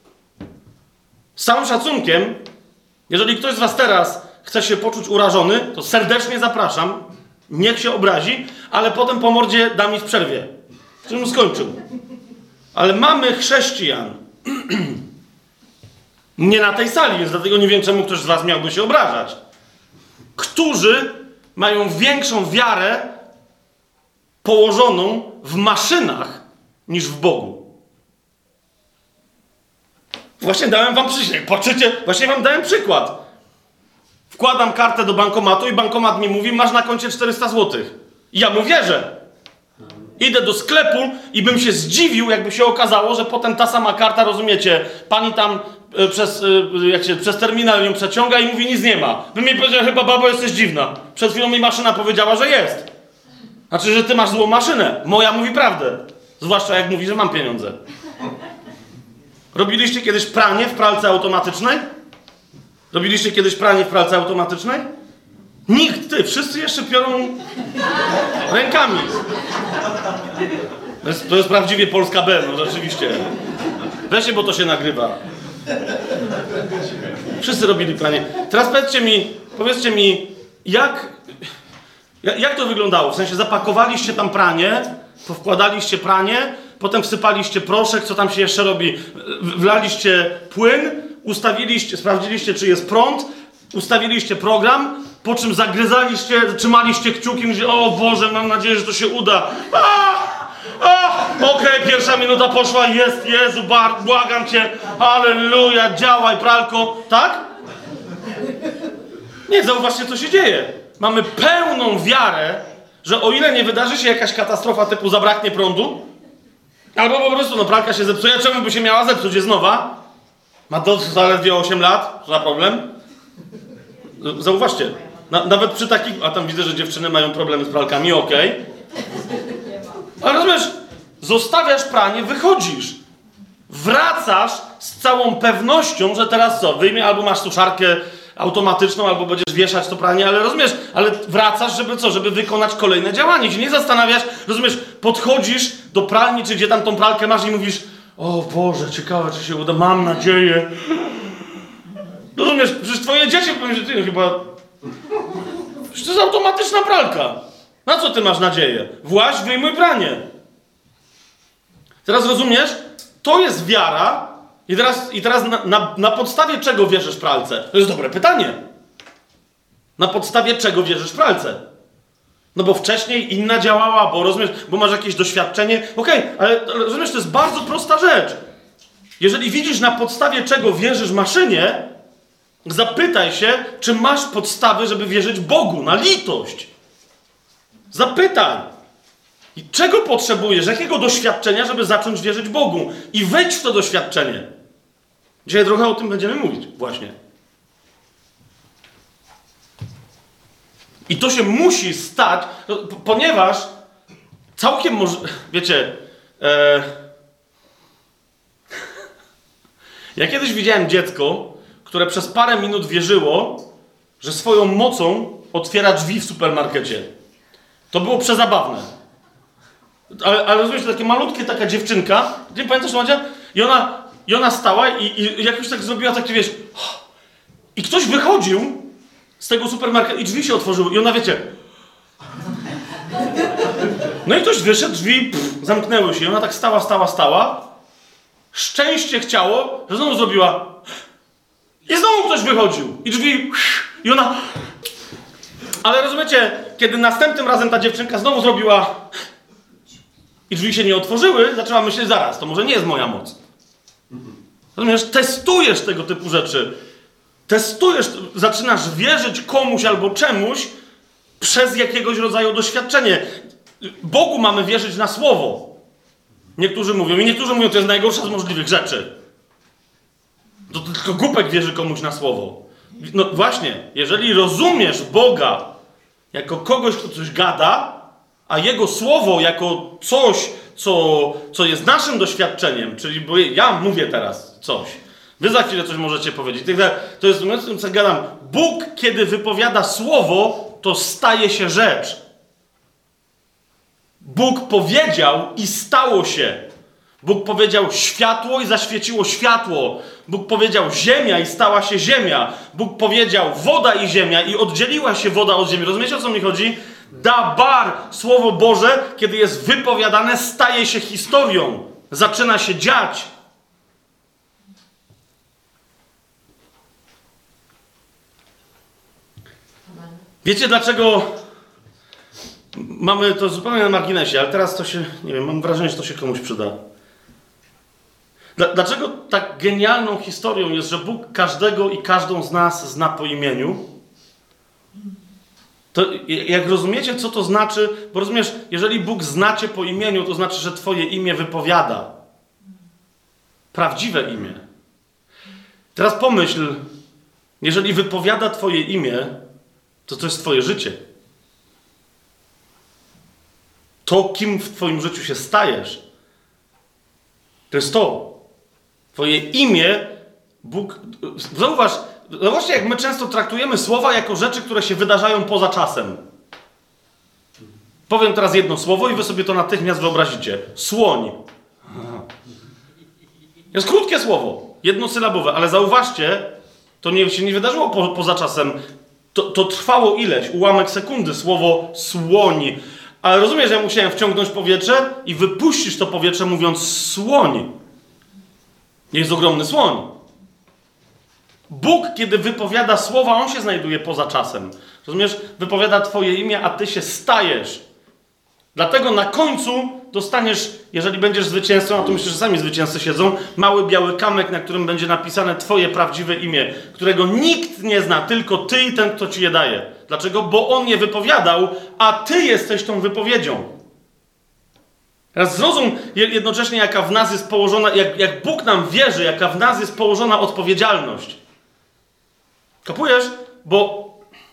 Z całym szacunkiem, jeżeli ktoś z was teraz chce się poczuć urażony, to serdecznie zapraszam, niech się obrazi, ale potem po mordzie da mi w przerwie. Czym skończył. Ale mamy chrześcijan. Nie na tej sali, więc dlatego nie wiem, czemu ktoś z was miałby się obrażać. Którzy mają większą wiarę położoną w maszynach niż w Bogu. Właśnie dałem wam przysięgę. Patrzycie, właśnie wam dałem przykład. Wkładam kartę do bankomatu i bankomat mi mówi, masz na koncie 400 zł. I ja mu wierzę. Idę do sklepu i bym się zdziwił, jakby się okazało, że potem ta sama karta, rozumiecie, pani tam przez terminal ją przeciąga i mówi, nic nie ma. Bym mi powiedział, chyba babo, jesteś dziwna. Przed chwilą mi maszyna powiedziała, że jest. Znaczy, że ty masz złą maszynę. Moja mówi prawdę. Zwłaszcza jak mówi, że mam pieniądze. Robiliście kiedyś pranie w pralce automatycznej? Robiliście kiedyś pranie w pralce automatycznej? Nikt, ty, wszyscy jeszcze piorą rękami. To jest prawdziwie Polska B, no rzeczywiście. Weźcie, bo to się nagrywa. Wszyscy robili pranie. Teraz powiedzcie mi, jak to wyglądało? W sensie zapakowaliście tam pranie, powkładaliście pranie, potem wsypaliście proszek, co tam się jeszcze robi? Wlaliście płyn, ustawiliście, sprawdziliście, czy jest prąd, ustawiliście program, po czym zagryzaliście, trzymaliście kciuki i mówicie, o Boże, mam nadzieję, że to się uda. Okej, pierwsza minuta poszła, jest, Jezu, błagam Cię, halleluja, działaj, pralko, tak? Nie, zauważcie, co się dzieje. Mamy pełną wiarę, że o ile nie wydarzy się jakaś katastrofa typu zabraknie prądu, albo po prostu, no pralka się zepsuje, czemu by się miała zepsuć, jest nowa, ma to zaledwie 8 lat, za problem. Zauważcie, nawet przy takich, a tam widzę, że dziewczyny mają problemy z pralkami, okej. Ale rozumiesz, zostawiasz pranie, wychodzisz. Wracasz z całą pewnością, że teraz co, wyjmie, albo masz suszarkę automatyczną, albo będziesz wieszać to pranie, ale rozumiesz, ale wracasz, żeby co, żeby wykonać kolejne działanie. Się nie zastanawiasz, rozumiesz, podchodzisz do pralni, czy gdzie tam tą pralkę masz i mówisz, o Boże, ciekawe, czy się uda, mam nadzieję. Rozumiesz, przecież twoje dzieci powiedzą, że ty chyba... Przecież to jest automatyczna pralka. Na co ty masz nadzieję? Właź, wyjmuj pranie. Teraz rozumiesz? To jest wiara i teraz na podstawie czego wierzysz pralce? To jest dobre pytanie. Na podstawie czego wierzysz pralce? No bo wcześniej inna działała, bo rozumiesz, bo masz jakieś doświadczenie. Okej, ale rozumiesz, to jest bardzo prosta rzecz. Jeżeli widzisz na podstawie czego wierzysz maszynie, zapytaj się, czy masz podstawy, żeby wierzyć Bogu, na litość. Zapytaj. I czego potrzebujesz? Jakiego doświadczenia, żeby zacząć wierzyć Bogu? I wejdź w to doświadczenie. Dzisiaj trochę o tym będziemy mówić właśnie. I to się musi stać, ponieważ całkiem może... Wiecie... Ja kiedyś widziałem dziecko, które przez parę minut wierzyło, że swoją mocą otwiera drzwi w supermarkecie. To było przezabawne. Ale rozumiesz, takie malutkie, taka dziewczynka, nie pamiętasz, Madzia? I ona stała i jakoś tak zrobiła takie, wiesz... I ktoś wychodził z tego supermarketu i drzwi się otworzyły. I ona, wiecie... No i ktoś wyszedł, drzwi zamknęły się. I ona tak stała. Szczęście chciało, że znowu zrobiła... I znowu ktoś wychodził. I drzwi... I ona... Ale rozumiecie, kiedy następnym razem ta dziewczynka znowu zrobiła... I drzwi się nie otworzyły, zaczęła myśleć, zaraz, to może nie jest moja moc. Rozumiesz, testujesz tego typu rzeczy. Testujesz, zaczynasz wierzyć komuś albo czemuś przez jakiegoś rodzaju doświadczenie. Bogu mamy wierzyć na słowo. Niektórzy mówią, to jest najgorsza z możliwych rzeczy. To tylko głupek wierzy komuś na słowo. No właśnie, jeżeli rozumiesz Boga jako kogoś, kto coś gada, a Jego słowo jako coś, co jest naszym doświadczeniem, czyli bo ja mówię teraz coś, wy za chwilę coś możecie powiedzieć. To jest w tym, co gadam. Bóg, kiedy wypowiada słowo, to staje się rzecz. Bóg powiedział i stało się. Bóg powiedział światło i zaświeciło światło. Bóg powiedział ziemia i stała się ziemia. Bóg powiedział woda i ziemia i oddzieliła się woda od ziemi. Rozumiecie, o co mi chodzi? Dabar, Słowo Boże, kiedy jest wypowiadane, staje się historią. Zaczyna się dziać. Wiecie, dlaczego mamy to zupełnie na marginesie, ale teraz to się, nie wiem, mam wrażenie, że to się komuś przyda. Dlaczego tak genialną historią jest, że Bóg każdego i każdą z nas zna po imieniu? To jak rozumiecie, co to znaczy, bo rozumiesz, jeżeli Bóg zna cię po imieniu, to znaczy, że twoje imię wypowiada. Prawdziwe imię. Teraz pomyśl, jeżeli wypowiada twoje imię, to jest twoje życie. To, kim w twoim życiu się stajesz, to jest to. Twoje imię, Bóg... Zobaczcie, jak my często traktujemy słowa jako rzeczy, które się wydarzają poza czasem. Powiem teraz jedno słowo i wy sobie to natychmiast wyobrazicie. Słoń. Jest krótkie słowo, jednosylabowe, ale zauważcie, to się nie wydarzyło poza czasem. To trwało ileś, ułamek sekundy, słowo słoń. Ale rozumiesz, że ja musiałem wciągnąć powietrze i wypuścić to powietrze, mówiąc słoń. Jest ogromny słoń. Bóg, kiedy wypowiada słowa, On się znajduje poza czasem. Rozumiesz? Wypowiada twoje imię, a ty się stajesz. Dlatego na końcu dostaniesz, jeżeli będziesz zwycięzcą, a tu myślę, że sami zwycięzcy siedzą, mały biały kamyk, na którym będzie napisane twoje prawdziwe imię, którego nikt nie zna, tylko ty i ten, kto ci je daje. Dlaczego? Bo On je wypowiadał, a ty jesteś tą wypowiedzią. Teraz zrozum jednocześnie, jaka w nas jest położona, jak Bóg nam wierzy, jaka w nas jest położona odpowiedzialność. Kapujesz? Bo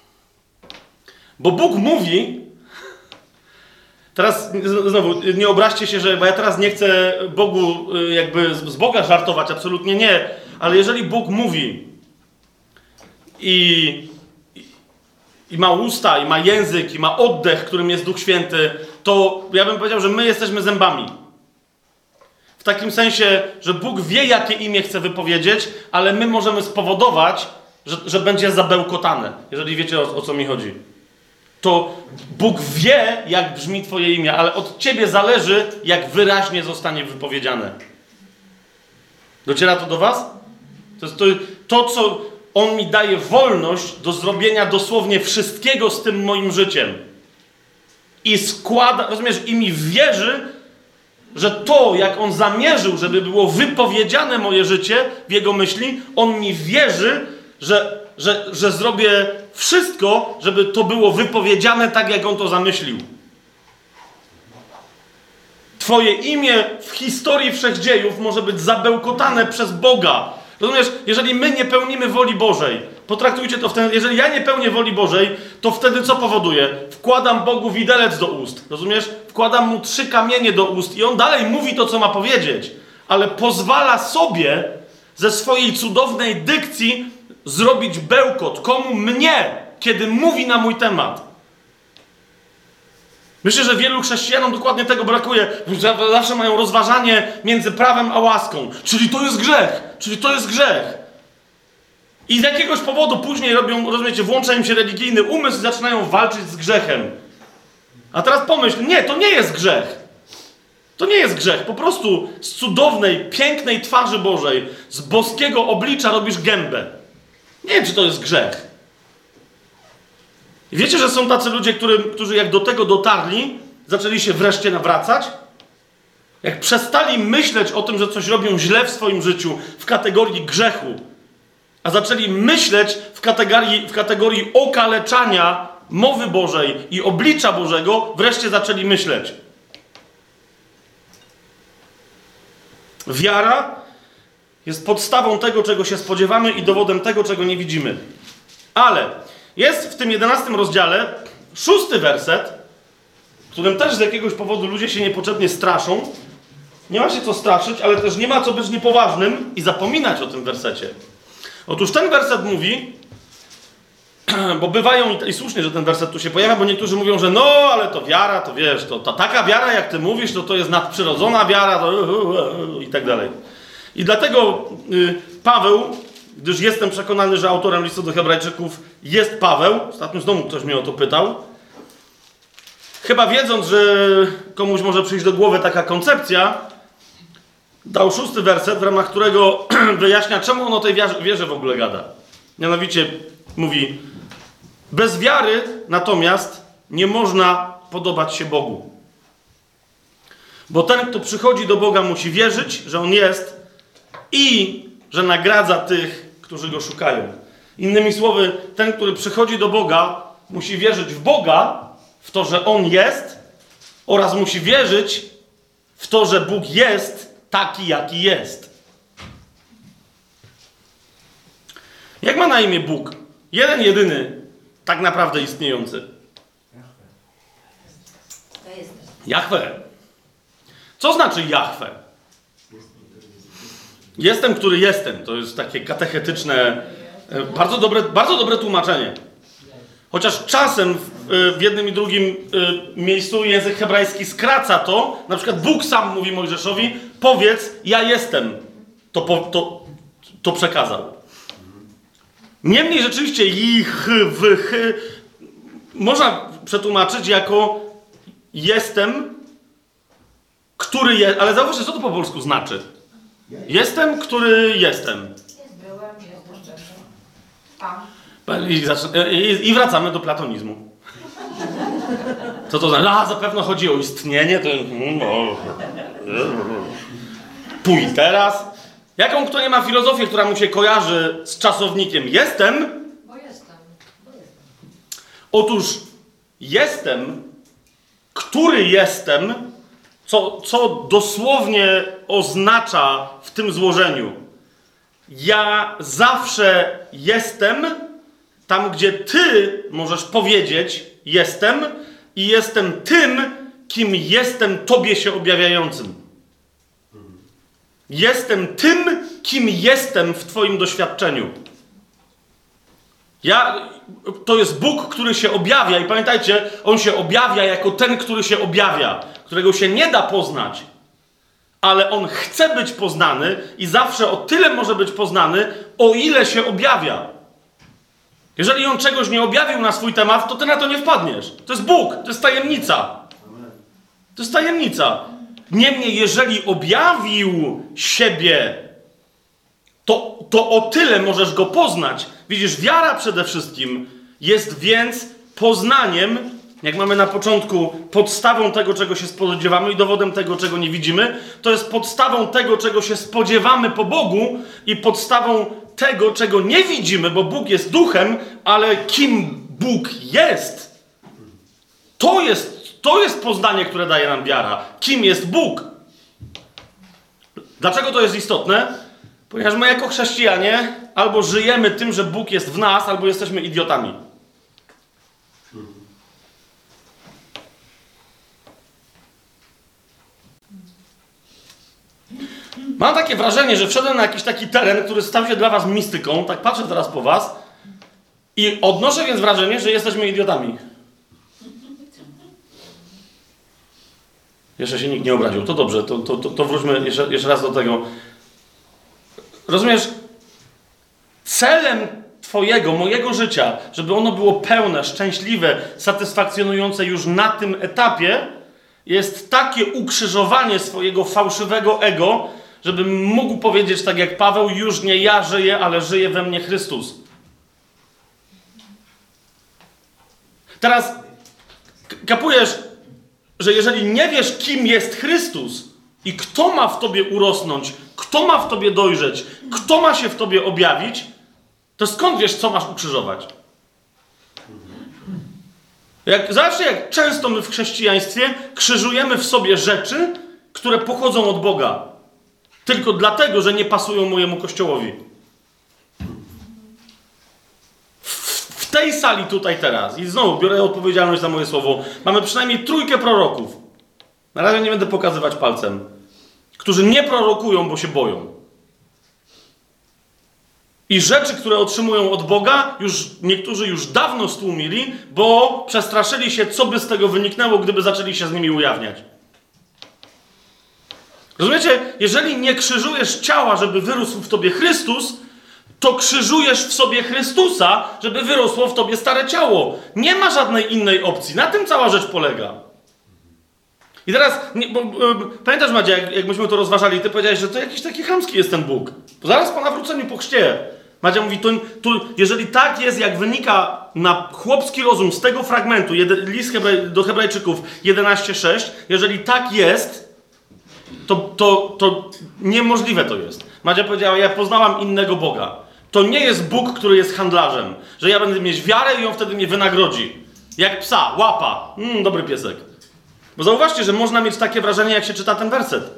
Bóg mówi, teraz znowu, nie obraźcie się, bo ja teraz nie chcę Bogu, jakby z Boga żartować, absolutnie nie, ale jeżeli Bóg mówi i ma usta, i ma język, i ma oddech, którym jest Duch Święty, to ja bym powiedział, że my jesteśmy zębami. W takim sensie, że Bóg wie, jakie imię chce wypowiedzieć, ale my możemy spowodować, że będzie zabełkotane, jeżeli wiecie, o co mi chodzi. To Bóg wie, jak brzmi twoje imię, ale od ciebie zależy, jak wyraźnie zostanie wypowiedziane. Dociera to do was? To, co On mi daje wolność do zrobienia dosłownie wszystkiego z tym moim życiem. I składa, rozumiesz, i mi wierzy, że to, jak On zamierzył, żeby było wypowiedziane moje życie w Jego myśli, On mi wierzy, że zrobię wszystko, żeby to było wypowiedziane tak, jak On to zamyślił. Twoje imię w historii wszechdziejów może być zabełkotane przez Boga. Rozumiesz? Jeżeli my nie pełnimy woli Bożej, potraktujcie to wtedy, jeżeli ja nie pełnię woli Bożej, to wtedy co powoduje? Wkładam Bogu widelec do ust. Rozumiesz? Wkładam mu 3 kamienie do ust i on dalej mówi to, co ma powiedzieć, ale pozwala sobie ze swojej cudownej dykcji zrobić bełkot. Komu? Mnie, kiedy mówi na mój temat. Myślę, że wielu chrześcijanom dokładnie tego brakuje. Zawsze mają rozważanie między prawem a łaską. Czyli to jest grzech. Czyli to jest grzech. I z jakiegoś powodu później robią, rozumiecie, włącza im się religijny umysł i zaczynają walczyć z grzechem. A teraz pomyśl, nie, to nie jest grzech. To nie jest grzech. Po prostu z cudownej, pięknej twarzy Bożej, z boskiego oblicza robisz gębę. Nie wiem, czy to jest grzech. I wiecie, że są tacy ludzie, którzy jak do tego dotarli, zaczęli się wreszcie nawracać? Jak przestali myśleć o tym, że coś robią źle w swoim życiu w kategorii grzechu, a zaczęli myśleć w kategorii okaleczania mowy Bożej i oblicza Bożego, wreszcie zaczęli myśleć. Wiara jest podstawą tego, czego się spodziewamy i dowodem tego, czego nie widzimy. Ale jest w tym 11 rozdziale 6 werset, którym też z jakiegoś powodu ludzie się niepotrzebnie straszą. Nie ma się co straszyć, ale też nie ma co być niepoważnym i zapominać o tym wersecie. Otóż ten werset mówi, bo bywają, i słusznie, że ten werset tu się pojawia, bo niektórzy mówią, że no, ale to wiara, to wiesz, to taka wiara, jak ty mówisz, to jest nadprzyrodzona wiara, to i tak dalej. I dlatego Paweł, gdyż jestem przekonany, że autorem listu do Hebrajczyków jest Paweł, ostatnio znowu ktoś mnie o to pytał, chyba wiedząc, że komuś może przyjść do głowy taka koncepcja, dał 6 werset, w ramach którego wyjaśnia, czemu on o tej wierze w ogóle gada. Mianowicie mówi, bez wiary natomiast nie można podobać się Bogu. Bo ten, kto przychodzi do Boga, musi wierzyć, że On jest i że nagradza tych, którzy Go szukają. Innymi słowy, ten, który przychodzi do Boga, musi wierzyć w Boga, w to, że On jest, oraz musi wierzyć w to, że Bóg jest taki, jaki jest. Jak ma na imię Bóg? Jeden, jedyny, tak naprawdę istniejący. Jahwe. Co znaczy Jahwe? Jestem, który jestem. To jest takie katechetyczne, bardzo dobre tłumaczenie. Chociaż czasem w jednym i drugim miejscu język hebrajski skraca to. Na przykład Bóg sam mówi Mojżeszowi, powiedz, ja jestem. To przekazał. Niemniej rzeczywiście można przetłumaczyć jako jestem, który jest. Ale zauważcie, co to po polsku znaczy. Jestem, który jestem. I wracamy do platonizmu. Co to znaczy? Zapewne chodzi o istnienie. Tu i teraz. Jaką kto nie ma filozofię, która mu się kojarzy z czasownikiem jestem? Bo jestem. Otóż jestem, który jestem, co dosłownie oznacza w tym złożeniu. Ja zawsze jestem tam, gdzie ty możesz powiedzieć jestem i jestem tym, kim jestem tobie się objawiającym. Jestem tym, kim jestem w twoim doświadczeniu. To jest Bóg, który się objawia i pamiętajcie, On się objawia jako ten, który się objawia, którego się nie da poznać, ale On chce być poznany i zawsze o tyle może być poznany, o ile się objawia. Jeżeli On czegoś nie objawił na swój temat, to ty na to nie wpadniesz. To jest Bóg, to jest tajemnica. To jest tajemnica. Niemniej, jeżeli objawił siebie, to o tyle możesz Go poznać. Widzisz, wiara przede wszystkim jest więc poznaniem, jak mamy na początku, podstawą tego, czego się spodziewamy i dowodem tego, czego nie widzimy. To jest podstawą tego, czego się spodziewamy po Bogu i podstawą tego, czego nie widzimy, bo Bóg jest duchem, ale kim Bóg jest, to jest To jest poznanie, które daje nam wiara. Kim jest Bóg? Dlaczego to jest istotne? Ponieważ my jako chrześcijanie albo żyjemy tym, że Bóg jest w nas, albo jesteśmy idiotami. Mam takie wrażenie, że wszedłem na jakiś taki teren, który stał się dla was mistyką. Tak patrzę teraz po was i odnoszę więc wrażenie, że jesteśmy idiotami. Jeszcze się nikt nie obraził. To dobrze, to wróćmy jeszcze raz do tego. Rozumiesz? Celem twojego, mojego życia, żeby ono było pełne, szczęśliwe, satysfakcjonujące już na tym etapie, jest takie ukrzyżowanie swojego fałszywego ego, żebym mógł powiedzieć tak jak Paweł, już nie ja żyję, ale żyje we mnie Chrystus. Teraz kapujesz, że jeżeli nie wiesz, kim jest Chrystus i kto ma w tobie urosnąć, kto ma w tobie dojrzeć, kto ma się w tobie objawić, to skąd wiesz, co masz ukrzyżować? Zobaczcie, jak często my w chrześcijaństwie krzyżujemy w sobie rzeczy, które pochodzą od Boga. Tylko dlatego, że nie pasują mojemu Kościołowi. W tej sali tutaj teraz, i znowu biorę odpowiedzialność za moje słowo, mamy przynajmniej 3 proroków. Na razie nie będę pokazywać palcem. Którzy nie prorokują, bo się boją. I rzeczy, które otrzymują od Boga, niektórzy już dawno stłumili, bo przestraszyli się, co by z tego wyniknęło, gdyby zaczęli się z nimi ujawniać. Rozumiecie? Jeżeli nie krzyżujesz ciała, żeby wyrósł w tobie Chrystus, to krzyżujesz w sobie Chrystusa, żeby wyrosło w tobie stare ciało. Nie ma żadnej innej opcji. Na tym cała rzecz polega. I teraz, pamiętasz, Madzia, jak myśmy to rozważali, ty powiedziałeś, że to jakiś taki chamski jest ten Bóg. Zaraz po nawróceniu, po chrzcie. Madzia mówi, jeżeli tak jest, jak wynika na chłopski rozum z tego fragmentu, list do Hebrajczyków 11:6, jeżeli tak jest, to niemożliwe to jest. Madzia powiedziała, ja poznałam innego Boga. To nie jest Bóg, który jest handlarzem, że ja będę mieć wiarę i on wtedy mnie wynagrodzi. Jak psa, łapa. Dobry piesek. Bo zauważcie, że można mieć takie wrażenie, jak się czyta ten werset.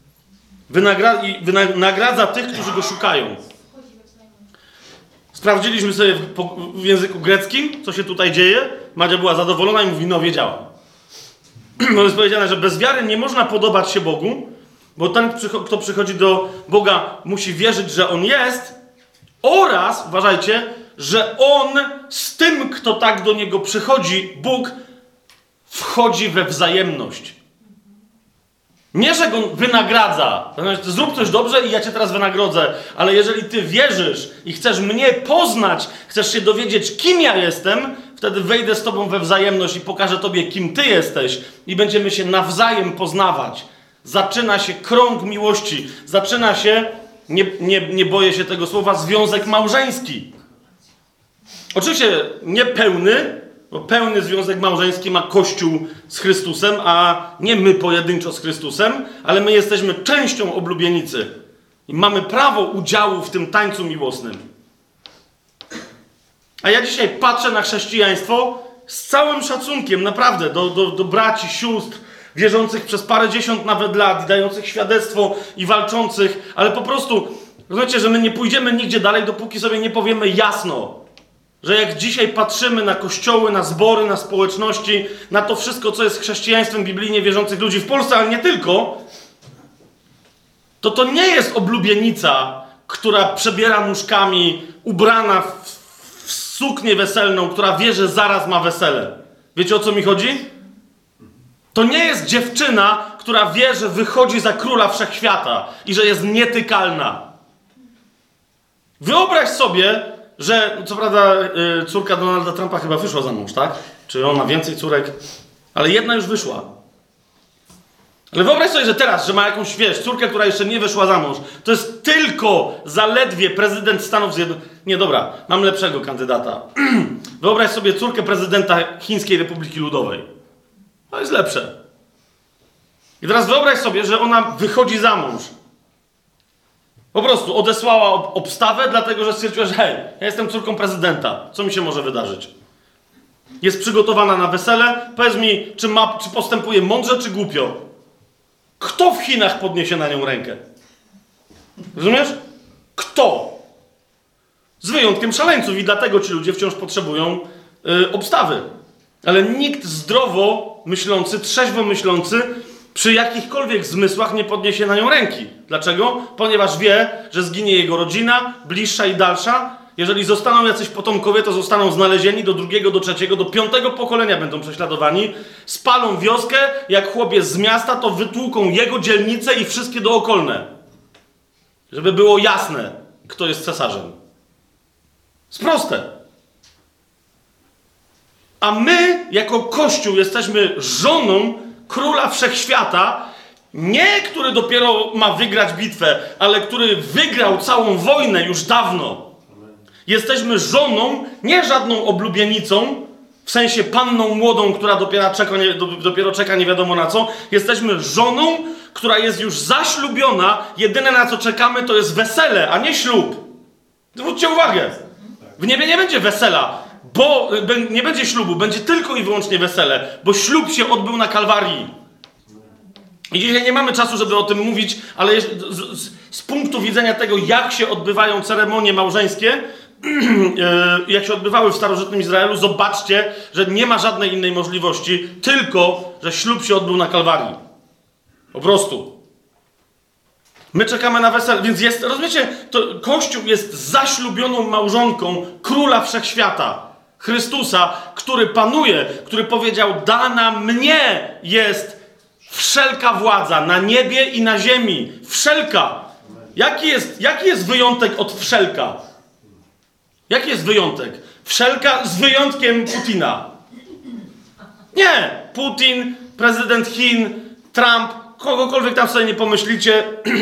Nagradza tych, którzy go szukają. Sprawdziliśmy sobie w języku greckim, co się tutaj dzieje. Madzia była zadowolona i mówi, wiedziałam. Bo jest powiedziane, że bez wiary nie można podobać się Bogu, bo ten, kto przychodzi do Boga, musi wierzyć, że On jest oraz, uważajcie, że On z tym, kto tak do Niego przychodzi, Bóg, wchodzi we wzajemność. Nie, że Go wynagradza. Znaczy, zrób coś dobrze i ja cię teraz wynagrodzę. Ale jeżeli ty wierzysz i chcesz mnie poznać, chcesz się dowiedzieć, kim ja jestem, wtedy wejdę z tobą we wzajemność i pokażę tobie, kim ty jesteś i będziemy się nawzajem poznawać. Zaczyna się krąg miłości. Zaczyna się, nie boję się tego słowa, związek małżeński. Oczywiście niepełny, bo pełny związek małżeński ma Kościół z Chrystusem, a nie my pojedynczo z Chrystusem, ale my jesteśmy częścią oblubienicy. I mamy prawo udziału w tym tańcu miłosnym. A ja dzisiaj patrzę na chrześcijaństwo z całym szacunkiem, naprawdę, do braci, sióstr, wierzących przez parędziesiąt nawet lat, i dających świadectwo i walczących, ale po prostu, rozumiecie, że my nie pójdziemy nigdzie dalej, dopóki sobie nie powiemy jasno, że jak dzisiaj patrzymy na kościoły, na zbory, na społeczności, na to wszystko, co jest chrześcijaństwem biblijnie wierzących ludzi w Polsce, ale nie tylko, to nie jest oblubienica, która przebiera nóżkami, ubrana w suknię weselną, która wie, że zaraz ma wesele. Wiecie, o co mi chodzi? To nie jest dziewczyna, która wie, że wychodzi za króla wszechświata i że jest nietykalna. Wyobraź sobie, że, co prawda, córka Donalda Trumpa chyba wyszła za mąż, tak? Czy on ma więcej córek? Ale jedna już wyszła. Ale wyobraź sobie, że teraz, że ma jakąś, córkę, która jeszcze nie wyszła za mąż. To jest tylko, zaledwie prezydent Stanów Zjednoczonych. Nie, dobra, mam lepszego kandydata. Wyobraź sobie córkę prezydenta Chińskiej Republiki Ludowej. To jest lepsze. I teraz wyobraź sobie, że ona wychodzi za mąż. Po prostu odesłała obstawę, dlatego że stwierdziła, że hej, ja jestem córką prezydenta. Co mi się może wydarzyć? jest przygotowana na wesele. Powiedz mi, czy postępuje mądrze, czy głupio? Kto w Chinach podniesie na nią rękę? Rozumiesz? Kto? Z wyjątkiem szaleńców i dlatego ci ludzie wciąż potrzebują obstawy. Ale nikt zdrowo myślący, trzeźwo myślący przy jakichkolwiek zmysłach nie podniesie na nią ręki. Dlaczego? Ponieważ wie, że zginie jego rodzina, bliższa i dalsza. Jeżeli zostaną jacyś potomkowie, to zostaną znalezieni do drugiego, do trzeciego, do piątego pokolenia będą prześladowani. Spalą wioskę, jak chłopiec z miasta, to wytłuką jego dzielnice i wszystkie dookolne. Żeby było jasne, kto jest cesarzem. Jest proste. A my, jako Kościół, jesteśmy żoną Króla Wszechświata, nie który dopiero ma wygrać bitwę, ale który wygrał całą wojnę już dawno. Jesteśmy żoną, nie żadną oblubienicą, w sensie panną młodą, która dopiero czeka nie wiadomo na co. Jesteśmy żoną, która jest już zaślubiona. Jedyne, na co czekamy, to jest wesele, a nie ślub. Zwróćcie uwagę. W niebie nie będzie wesela, bo nie będzie ślubu, będzie tylko i wyłącznie wesele, bo ślub się odbył na Kalwarii. I dzisiaj nie mamy czasu, żeby o tym mówić, ale z punktu widzenia tego, jak się odbywają ceremonie małżeńskie, jak się odbywały w starożytnym Izraelu, zobaczcie, że nie ma żadnej innej możliwości, tylko, że ślub się odbył na Kalwarii. Po prostu. My czekamy na wesele, więc jest, rozumiecie, to Kościół jest zaślubioną małżonką Króla Wszechświata, Chrystusa, który panuje, który powiedział, dana mnie jest wszelka władza na niebie i na ziemi. Wszelka. Jaki jest wyjątek od wszelka? Jaki jest wyjątek? Wszelka z wyjątkiem Putina. Nie. Putin, prezydent Chin, Trump, kogokolwiek tam sobie nie pomyślicie,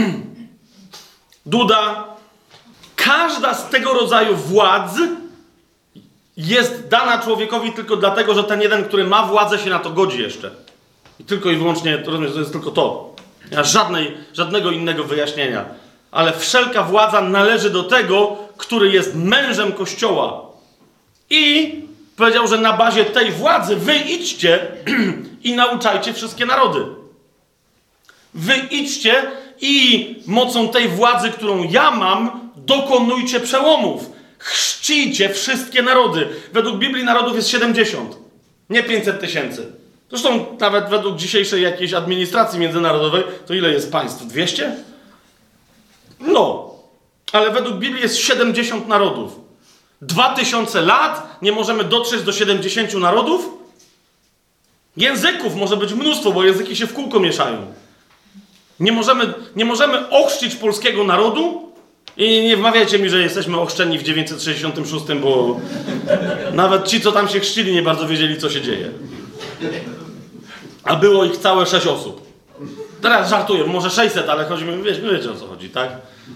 Duda. Każda z tego rodzaju władz jest dana człowiekowi tylko dlatego, że ten jeden, który ma władzę, się na to godzi jeszcze. I tylko i wyłącznie, to jest tylko to. Nie ma żadnego innego wyjaśnienia. Ale wszelka władza należy do tego, który jest mężem Kościoła. I powiedział, że na bazie tej władzy wy idźcie i nauczajcie wszystkie narody. Wy idźcie i mocą tej władzy, którą ja mam, dokonujcie przełomów. Chrzcijcie wszystkie narody. Według Biblii narodów jest 70, nie 500 tysięcy. Zresztą nawet według dzisiejszej jakiejś administracji międzynarodowej, to ile jest państw? 200? No. Ale według Biblii jest 70 narodów. 2000 lat nie możemy dotrzeć do 70 narodów? Języków może być mnóstwo, bo języki się w kółko mieszają. Nie możemy ochrzcić polskiego narodu? I nie wmawiajcie mi, że jesteśmy ochrzczeni w 966, bo nawet ci, co tam się chrzcili, nie bardzo wiedzieli, co się dzieje. A było ich całe 6 osób. Teraz żartuję, może 600, ale chodzi mi, wiecie o co chodzi, tak?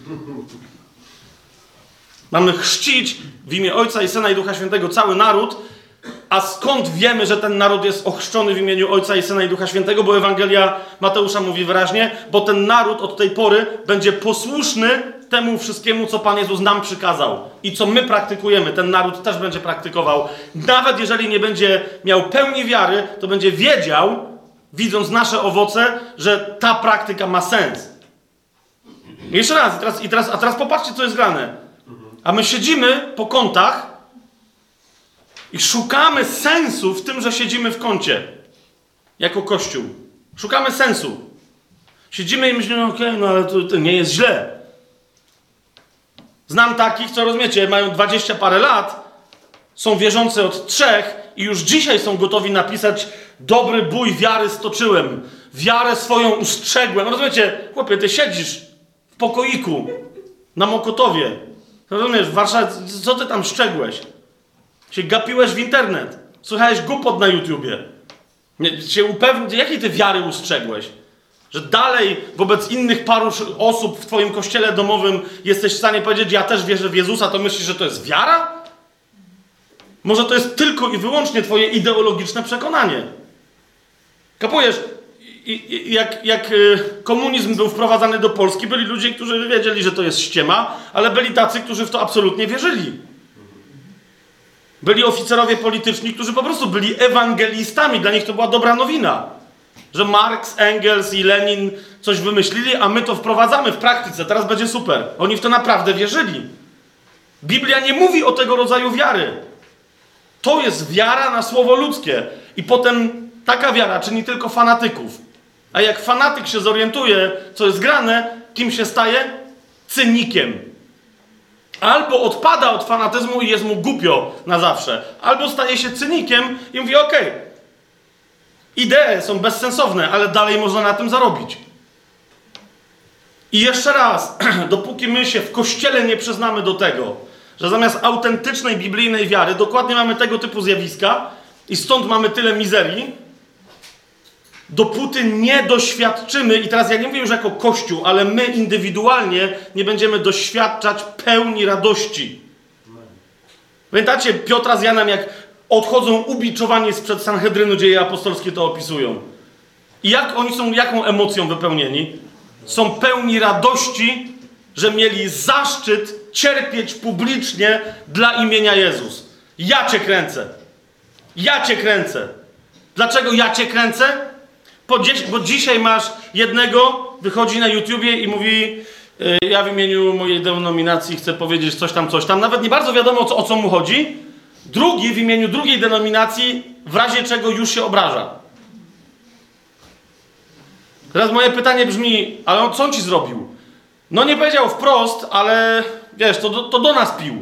Mamy chrzcić w imię Ojca i Syna i Ducha Świętego cały naród. A skąd wiemy, że ten naród jest ochrzczony w imieniu Ojca i Syna i Ducha Świętego? Bo Ewangelia Mateusza mówi wyraźnie, bo ten naród od tej pory będzie posłuszny temu wszystkiemu, co Pan Jezus nam przykazał. I co my praktykujemy, ten naród też będzie praktykował. Nawet jeżeli nie będzie miał pełni wiary, to będzie wiedział, widząc nasze owoce, że ta praktyka ma sens. Jeszcze raz, a teraz popatrzcie, co jest grane. A my siedzimy po kątach i szukamy sensu w tym, że siedzimy w kącie. Jako Kościół. Szukamy sensu. Siedzimy i myślimy, okej, no ale to nie jest źle. Znam takich, co rozumiecie, mają 20 parę lat, są wierzący od 3 i już dzisiaj są gotowi napisać dobry bój wiary stoczyłem, wiarę swoją ustrzegłem. Rozumiecie, chłopie, ty siedzisz w pokoiku na Mokotowie. Rozumiesz, w Warszawie, co ty tam szczegłeś? Się gapiłeś w internet. Słuchałeś głupot na YouTubie. Jakiej ty wiary ustrzegłeś? Że dalej wobec innych paru osób w twoim kościele domowym jesteś w stanie powiedzieć, ja też wierzę w Jezusa, to myślisz, że to jest wiara? Może to jest tylko i wyłącznie twoje ideologiczne przekonanie. Kapujesz? Jak komunizm był wprowadzany do Polski, byli ludzie, którzy wiedzieli, że to jest ściema, ale byli tacy, którzy w to absolutnie wierzyli. Byli oficerowie polityczni, którzy po prostu byli ewangelistami. Dla nich to była dobra nowina. Że Marx, Engels i Lenin coś wymyślili, a my to wprowadzamy w praktyce. Teraz będzie super. Oni w to naprawdę wierzyli. Biblia nie mówi o tego rodzaju wiary. To jest wiara na słowo ludzkie. I potem taka wiara czyni tylko fanatyków. A jak fanatyk się zorientuje, co jest grane, kim się staje? Cynikiem. Albo odpada od fanatyzmu i jest mu głupio na zawsze. Albo staje się cynikiem i mówi, okej, idee są bezsensowne, ale dalej można na tym zarobić. I jeszcze raz, dopóki my się w Kościele nie przyznamy do tego, że zamiast autentycznej, biblijnej wiary dokładnie mamy tego typu zjawiska i stąd mamy tyle mizerii, dopóty nie doświadczymy, i teraz ja nie mówię już jako Kościół, ale my indywidualnie nie będziemy doświadczać pełni radości. Pamiętacie Piotra z Janem, jak odchodzą ubiczowani sprzed Sanhedrynu, Dzieje apostolskie to opisują. I jak oni są, jaką emocją wypełnieni? Są pełni radości, że mieli zaszczyt cierpieć publicznie dla imienia Jezus. Ja cię kręcę. Ja cię kręcę. Dlaczego ja cię kręcę? Bo dzisiaj masz jednego, wychodzi na YouTubie i mówi, ja w imieniu mojej denominacji chcę powiedzieć coś tam. Nawet nie bardzo wiadomo, o co mu chodzi. Drugi w imieniu drugiej denominacji, w razie czego już się obraża. Teraz moje pytanie brzmi, ale on co on ci zrobił? No nie powiedział wprost, ale wiesz, to do nas pił.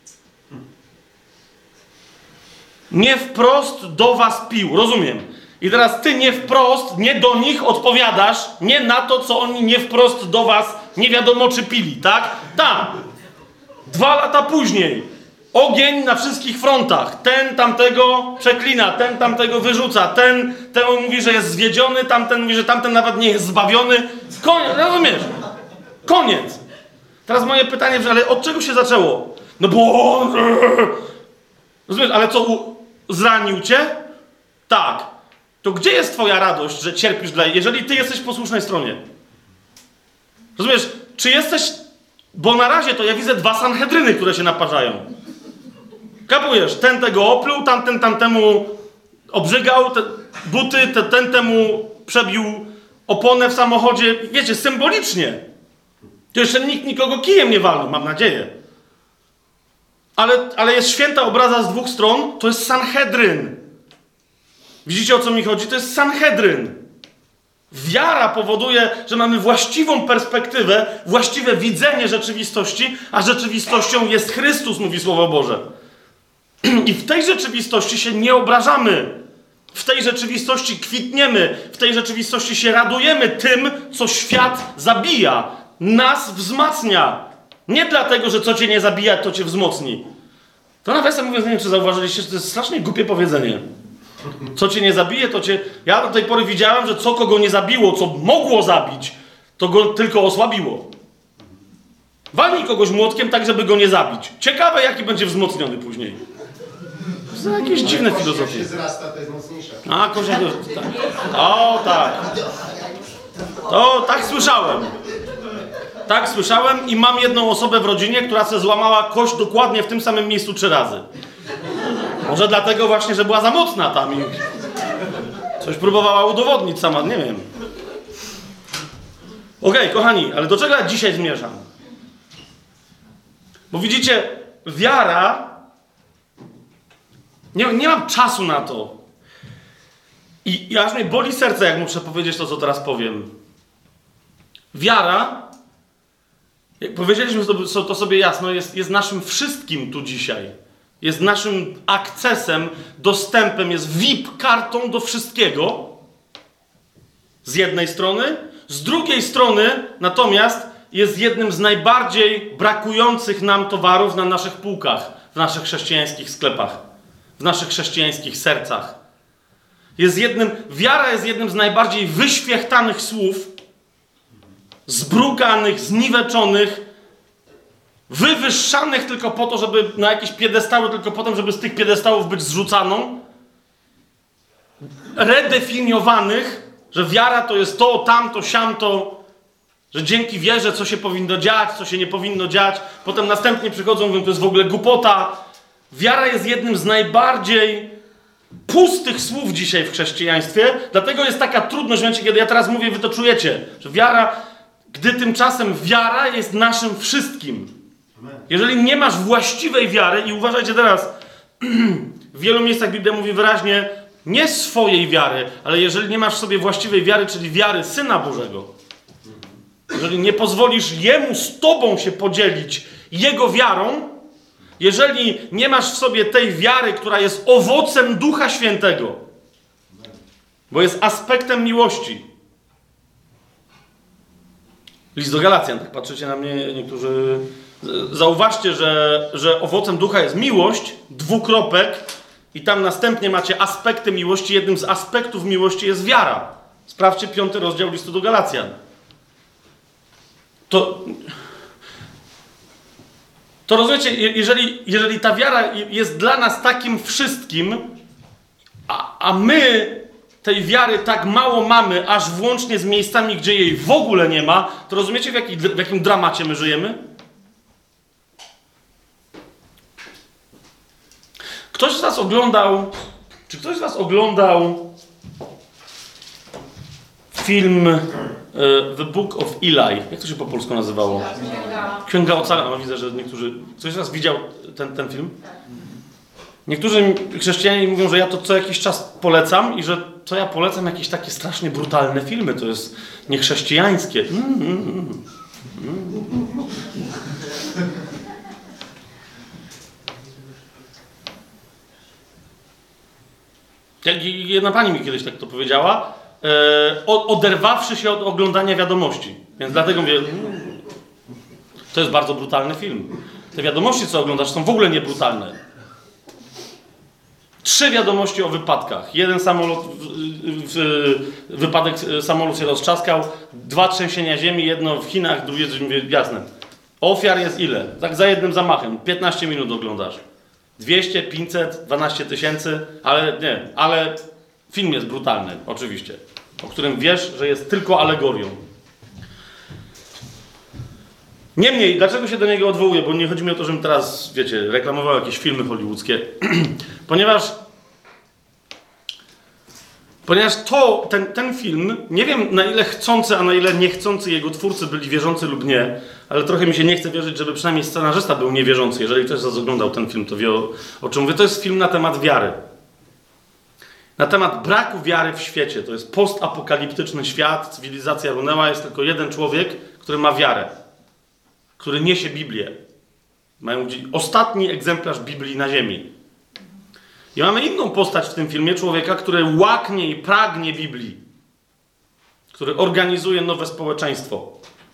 Nie wprost do was pił, rozumiem. I teraz ty nie wprost, nie do nich odpowiadasz, nie na to, co oni nie wprost do was nie wiadomo czy pili, tak? Tak. 2 lata później. Ogień na wszystkich frontach. Ten tamtego przeklina, ten tamtego wyrzuca, ten mówi, że jest zwiedziony, tamten mówi, że tamten nawet nie jest zbawiony. Koniec, rozumiesz? Koniec. Teraz moje pytanie, ale od czego się zaczęło? No bo... Rozumiesz, ale co, zranił cię? Tak. To gdzie jest twoja radość, że cierpisz jeżeli ty jesteś w posłusznej stronie? Rozumiesz, czy jesteś... Bo na razie to ja widzę 2 Sanhedryny, które się naparzają. Kapujesz? Ten tego opluł, tamten tamtemu obrzygał te buty, ten temu przebił oponę w samochodzie. Wiecie, symbolicznie. To jeszcze nikt nikogo kijem nie walnął, mam nadzieję. Ale jest święta obraza z 2 stron, to jest Sanhedryn. Widzicie, o co mi chodzi? To jest Sanhedryn. Wiara powoduje, że mamy właściwą perspektywę, właściwe widzenie rzeczywistości, a rzeczywistością jest Chrystus, mówi Słowo Boże. I w tej rzeczywistości się nie obrażamy. W tej rzeczywistości kwitniemy. W tej rzeczywistości się radujemy tym, co świat zabija. Nas wzmacnia. Nie dlatego, że co cię nie zabija, to cię wzmocni. To nawiasem mówiąc, nie wiem, czy zauważyliście, że to jest strasznie głupie powiedzenie. Co cię nie zabije, to cię... Ja do tej pory widziałem, że co kogo nie zabiło, co mogło zabić, to go tylko osłabiło. Walnij kogoś młotkiem tak, żeby go nie zabić. Ciekawe, jaki będzie wzmocniony później. To są jakieś dziwne filozofie. Jak się zrasta, to jest mocniejsza. A, kozia... Tak. O, tak. To tak słyszałem. Tak słyszałem i mam jedną osobę w rodzinie, która se złamała kość dokładnie w tym samym miejscu 3 razy. Może dlatego właśnie, że była za mocna tam i coś próbowała udowodnić sama, nie wiem. Okej, kochani, ale do czego ja dzisiaj zmierzam? Bo widzicie, wiara... Nie mam czasu na to. I aż mnie boli serce, jak muszę powiedzieć to, co teraz powiem. Wiara, jak powiedzieliśmy to sobie jasno, jest naszym wszystkim tu dzisiaj. Jest naszym akcesem, dostępem, jest VIP kartą do wszystkiego. Z jednej strony. Z drugiej strony natomiast jest jednym z najbardziej brakujących nam towarów na naszych półkach, w naszych chrześcijańskich sklepach, w naszych chrześcijańskich sercach. Wiara jest jednym z najbardziej wyświechtanych słów, zbrukanych, zniweczonych, wywyższanych tylko po to, żeby na jakieś piedestały, tylko po to, żeby z tych piedestałów być zrzucaną, redefiniowanych, że wiara to jest to, tamto, siamto, że dzięki wierze co się powinno dziać, co się nie powinno dziać, potem następnie przychodzą, mówią, to jest w ogóle głupota, Wiara jest jednym z najbardziej pustych słów dzisiaj w chrześcijaństwie, dlatego jest taka trudność, w momencie, kiedy ja teraz mówię, wy to czujecie, że wiara, gdy tymczasem wiara jest naszym wszystkim. Jeżeli nie masz właściwej wiary, i uważajcie teraz, w wielu miejscach Biblia mówi wyraźnie, nie swojej wiary, ale jeżeli nie masz w sobie właściwej wiary, czyli wiary Syna Bożego, jeżeli nie pozwolisz Jemu z tobą się podzielić Jego wiarą, jeżeli nie masz w sobie tej wiary, która jest owocem Ducha Świętego, bo jest aspektem miłości. List do Galacjan, tak patrzycie na mnie niektórzy. Zauważcie, że owocem Ducha jest miłość, dwukropek, i tam następnie macie aspekty miłości. Jednym z aspektów miłości jest wiara. Sprawdźcie 5 rozdział listu do Galacjan. To rozumiecie, jeżeli ta wiara jest dla nas takim wszystkim, a my tej wiary tak mało mamy, aż włącznie z miejscami, gdzie jej w ogóle nie ma, to rozumiecie, w jakim dramacie my żyjemy? Ktoś z was oglądał film The Book of Eli? Jak to się po polsku nazywało? Księga Ocalenia. No, widzę, że niektórzy... Ktoś z was widział ten film? Niektórzy chrześcijanie mówią, że ja to co jakiś czas polecam i że co ja polecam jakieś takie strasznie brutalne filmy. To jest niechrześcijańskie. Jedna pani mi kiedyś tak to powiedziała, oderwawszy się od oglądania wiadomości. Więc dlatego mówię, to jest bardzo brutalny film. Te wiadomości, co oglądasz, są w ogóle niebrutalne. 3 wiadomości o wypadkach. Jeden samolot, wypadek, samolot się roztrzaskał, 2 trzęsienia ziemi, jedno w Chinach, drugie, mówię, jasne. Ofiar jest ile? Tak za jednym zamachem. 15 minut oglądasz. 200, 500, 12 tysięcy, ale film jest brutalny, oczywiście, o którym wiesz, że jest tylko alegorią. Niemniej, dlaczego się do niego odwołuję? Bo nie chodzi mi o to, żebym teraz, wiecie, reklamował jakieś filmy hollywoodzkie. ponieważ ten film, nie wiem na ile chcący, a na ile niechcący jego twórcy byli wierzący lub nie, ale trochę mi się nie chce wierzyć, żeby przynajmniej scenarzysta był niewierzący. Jeżeli ktoś z was oglądał ten film, to wie o czym mówię. To jest film na temat wiary. Na temat braku wiary w świecie. To jest postapokaliptyczny świat, cywilizacja runęła, jest tylko jeden człowiek, który ma wiarę. Który niesie Biblię. Mają ostatni egzemplarz Biblii na ziemi. I mamy inną postać w tym filmie, człowieka, który łaknie i pragnie Biblii. Który organizuje nowe społeczeństwo.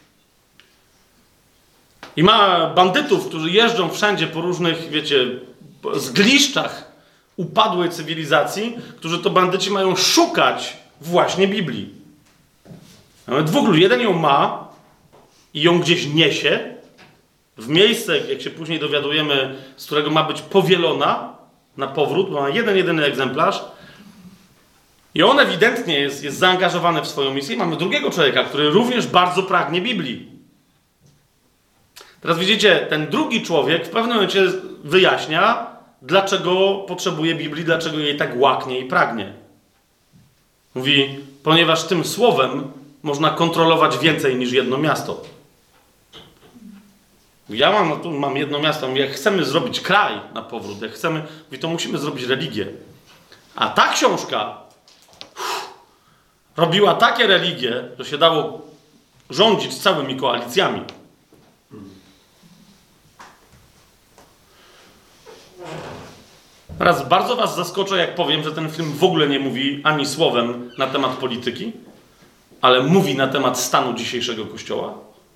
I ma bandytów, którzy jeżdżą wszędzie po różnych, wiecie, zgliszczach upadłej cywilizacji, którzy to bandyci mają szukać właśnie Biblii. Mamy 2 ludzi. Jeden ją ma i ją gdzieś niesie w miejsce, jak się później dowiadujemy, z którego ma być powielona na powrót, bo ma jedyny egzemplarz. I on ewidentnie jest zaangażowany w swoją misję. I mamy drugiego człowieka, który również bardzo pragnie Biblii. Teraz widzicie, ten drugi człowiek w pewnym momencie wyjaśnia, dlaczego potrzebuje Biblii, dlaczego jej tak łaknie i pragnie. Mówi, ponieważ tym słowem można kontrolować więcej niż jedno miasto. Ja mam jedno miasto, jak chcemy zrobić kraj na powrót, jak chcemy, to musimy zrobić religię. A ta książka robiła takie religie, że się dało rządzić całymi koalicjami. Teraz bardzo was zaskoczę, jak powiem, że ten film w ogóle nie mówi ani słowem na temat polityki, ale mówi na temat stanu dzisiejszego Kościoła.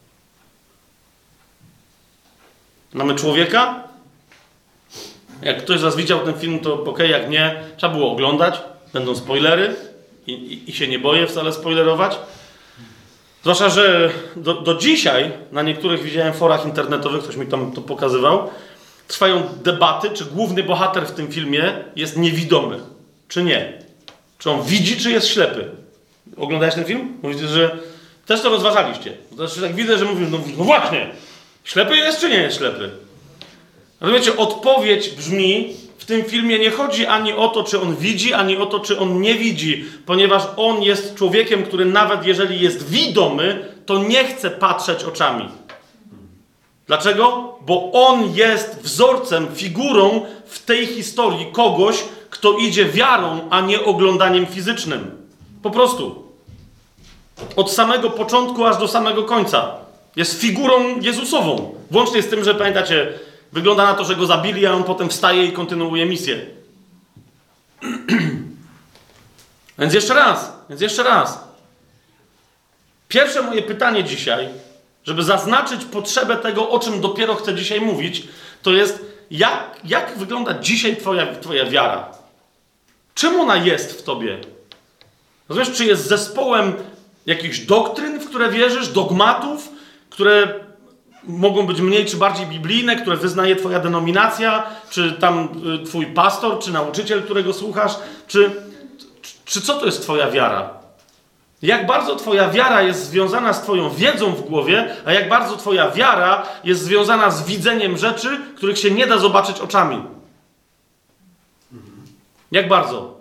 Mamy człowieka. Jak ktoś z was widział ten film, to okej, jak nie, trzeba było oglądać. Będą spoilery i się nie boję wcale spoilerować. Zwłaszcza, że do dzisiaj na niektórych widziałem forach internetowych, ktoś mi tam to pokazywał, trwają debaty, czy główny bohater w tym filmie jest niewidomy, czy nie. Czy on widzi, czy jest ślepy. Oglądałeś ten film? Mówicie, że też to rozważaliście. Znaczy, tak widzę, że mówisz, no właśnie, ślepy jest, czy nie jest ślepy? Rozumiecie, odpowiedź brzmi, w tym filmie nie chodzi ani o to, czy on widzi, ani o to, czy on nie widzi, ponieważ on jest człowiekiem, który nawet jeżeli jest widomy, to nie chce patrzeć oczami. Dlaczego? Bo on jest wzorcem, figurą w tej historii kogoś, kto idzie wiarą, a nie oglądaniem fizycznym. Po prostu. Od samego początku aż do samego końca. Jest figurą Jezusową. Włącznie z tym, że pamiętacie, wygląda na to, że go zabili, a on potem wstaje i kontynuuje misję. Więc jeszcze raz. Pierwsze moje pytanie dzisiaj, żeby zaznaczyć potrzebę tego, o czym dopiero chcę dzisiaj mówić, to jest, jak wygląda dzisiaj twoja wiara? Czym ona jest w tobie? Rozumiesz, czy jest zespołem jakichś doktryn, w które wierzysz, dogmatów, które mogą być mniej czy bardziej biblijne, które wyznaje twoja denominacja, czy tam twój pastor, czy nauczyciel, którego słuchasz, czy co to jest twoja wiara? Jak bardzo twoja wiara jest związana z twoją wiedzą w głowie, a jak bardzo twoja wiara jest związana z widzeniem rzeczy, których się nie da zobaczyć oczami. Jak bardzo?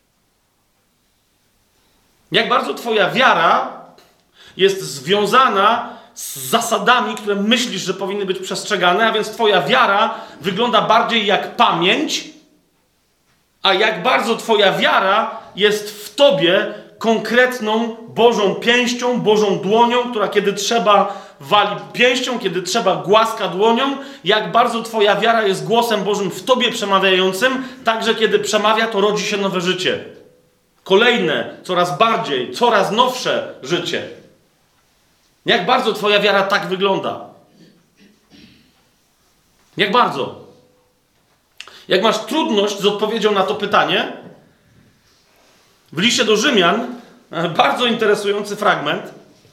Jak bardzo twoja wiara jest związana z zasadami, które myślisz, że powinny być przestrzegane, a więc twoja wiara wygląda bardziej jak pamięć, a jak bardzo twoja wiara jest w tobie konkretną Bożą pięścią, Bożą dłonią, która kiedy trzeba wali pięścią, kiedy trzeba głaska dłonią, jak bardzo twoja wiara jest głosem Bożym w tobie przemawiającym, tak, że kiedy przemawia, to rodzi się nowe życie. Kolejne, coraz bardziej, coraz nowsze życie. Jak bardzo twoja wiara tak wygląda? Jak bardzo? Jak masz trudność z odpowiedzią na to pytanie, w liście do Rzymian, bardzo interesujący fragment.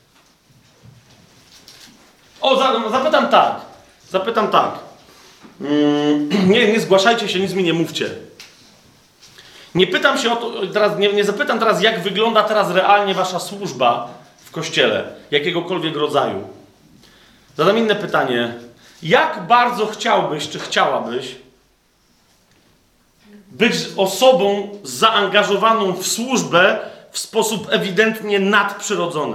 Zapytam tak. Nie zgłaszajcie się, nic mi nie mówcie. Nie pytam się o to, nie zapytam teraz, jak wygląda teraz realnie wasza służba w kościele, jakiegokolwiek rodzaju. Zadam inne pytanie. Jak bardzo chciałbyś, czy chciałabyś być osobą zaangażowaną w służbę w sposób ewidentnie nadprzyrodzony?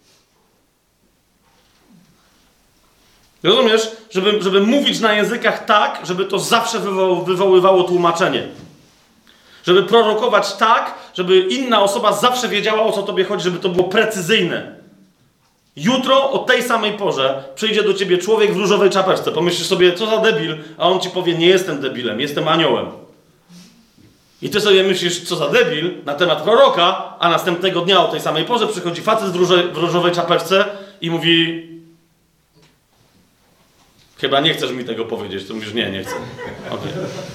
Rozumiesz? Żeby mówić na językach tak, żeby to zawsze wywoływało tłumaczenie. Żeby prorokować tak, żeby inna osoba zawsze wiedziała, o co tobie chodzi, żeby to było precyzyjne. Jutro o tej samej porze przyjdzie do ciebie człowiek w różowej czapeczce. Pomyślisz sobie, co za debil, a on ci powie, nie jestem debilem, jestem aniołem. I ty sobie myślisz, co za debil, na temat proroka, a następnego dnia o tej samej porze przychodzi facet w różowej czapeczce i mówi, chyba nie chcesz mi tego powiedzieć. To mówisz, nie chcę. Okay.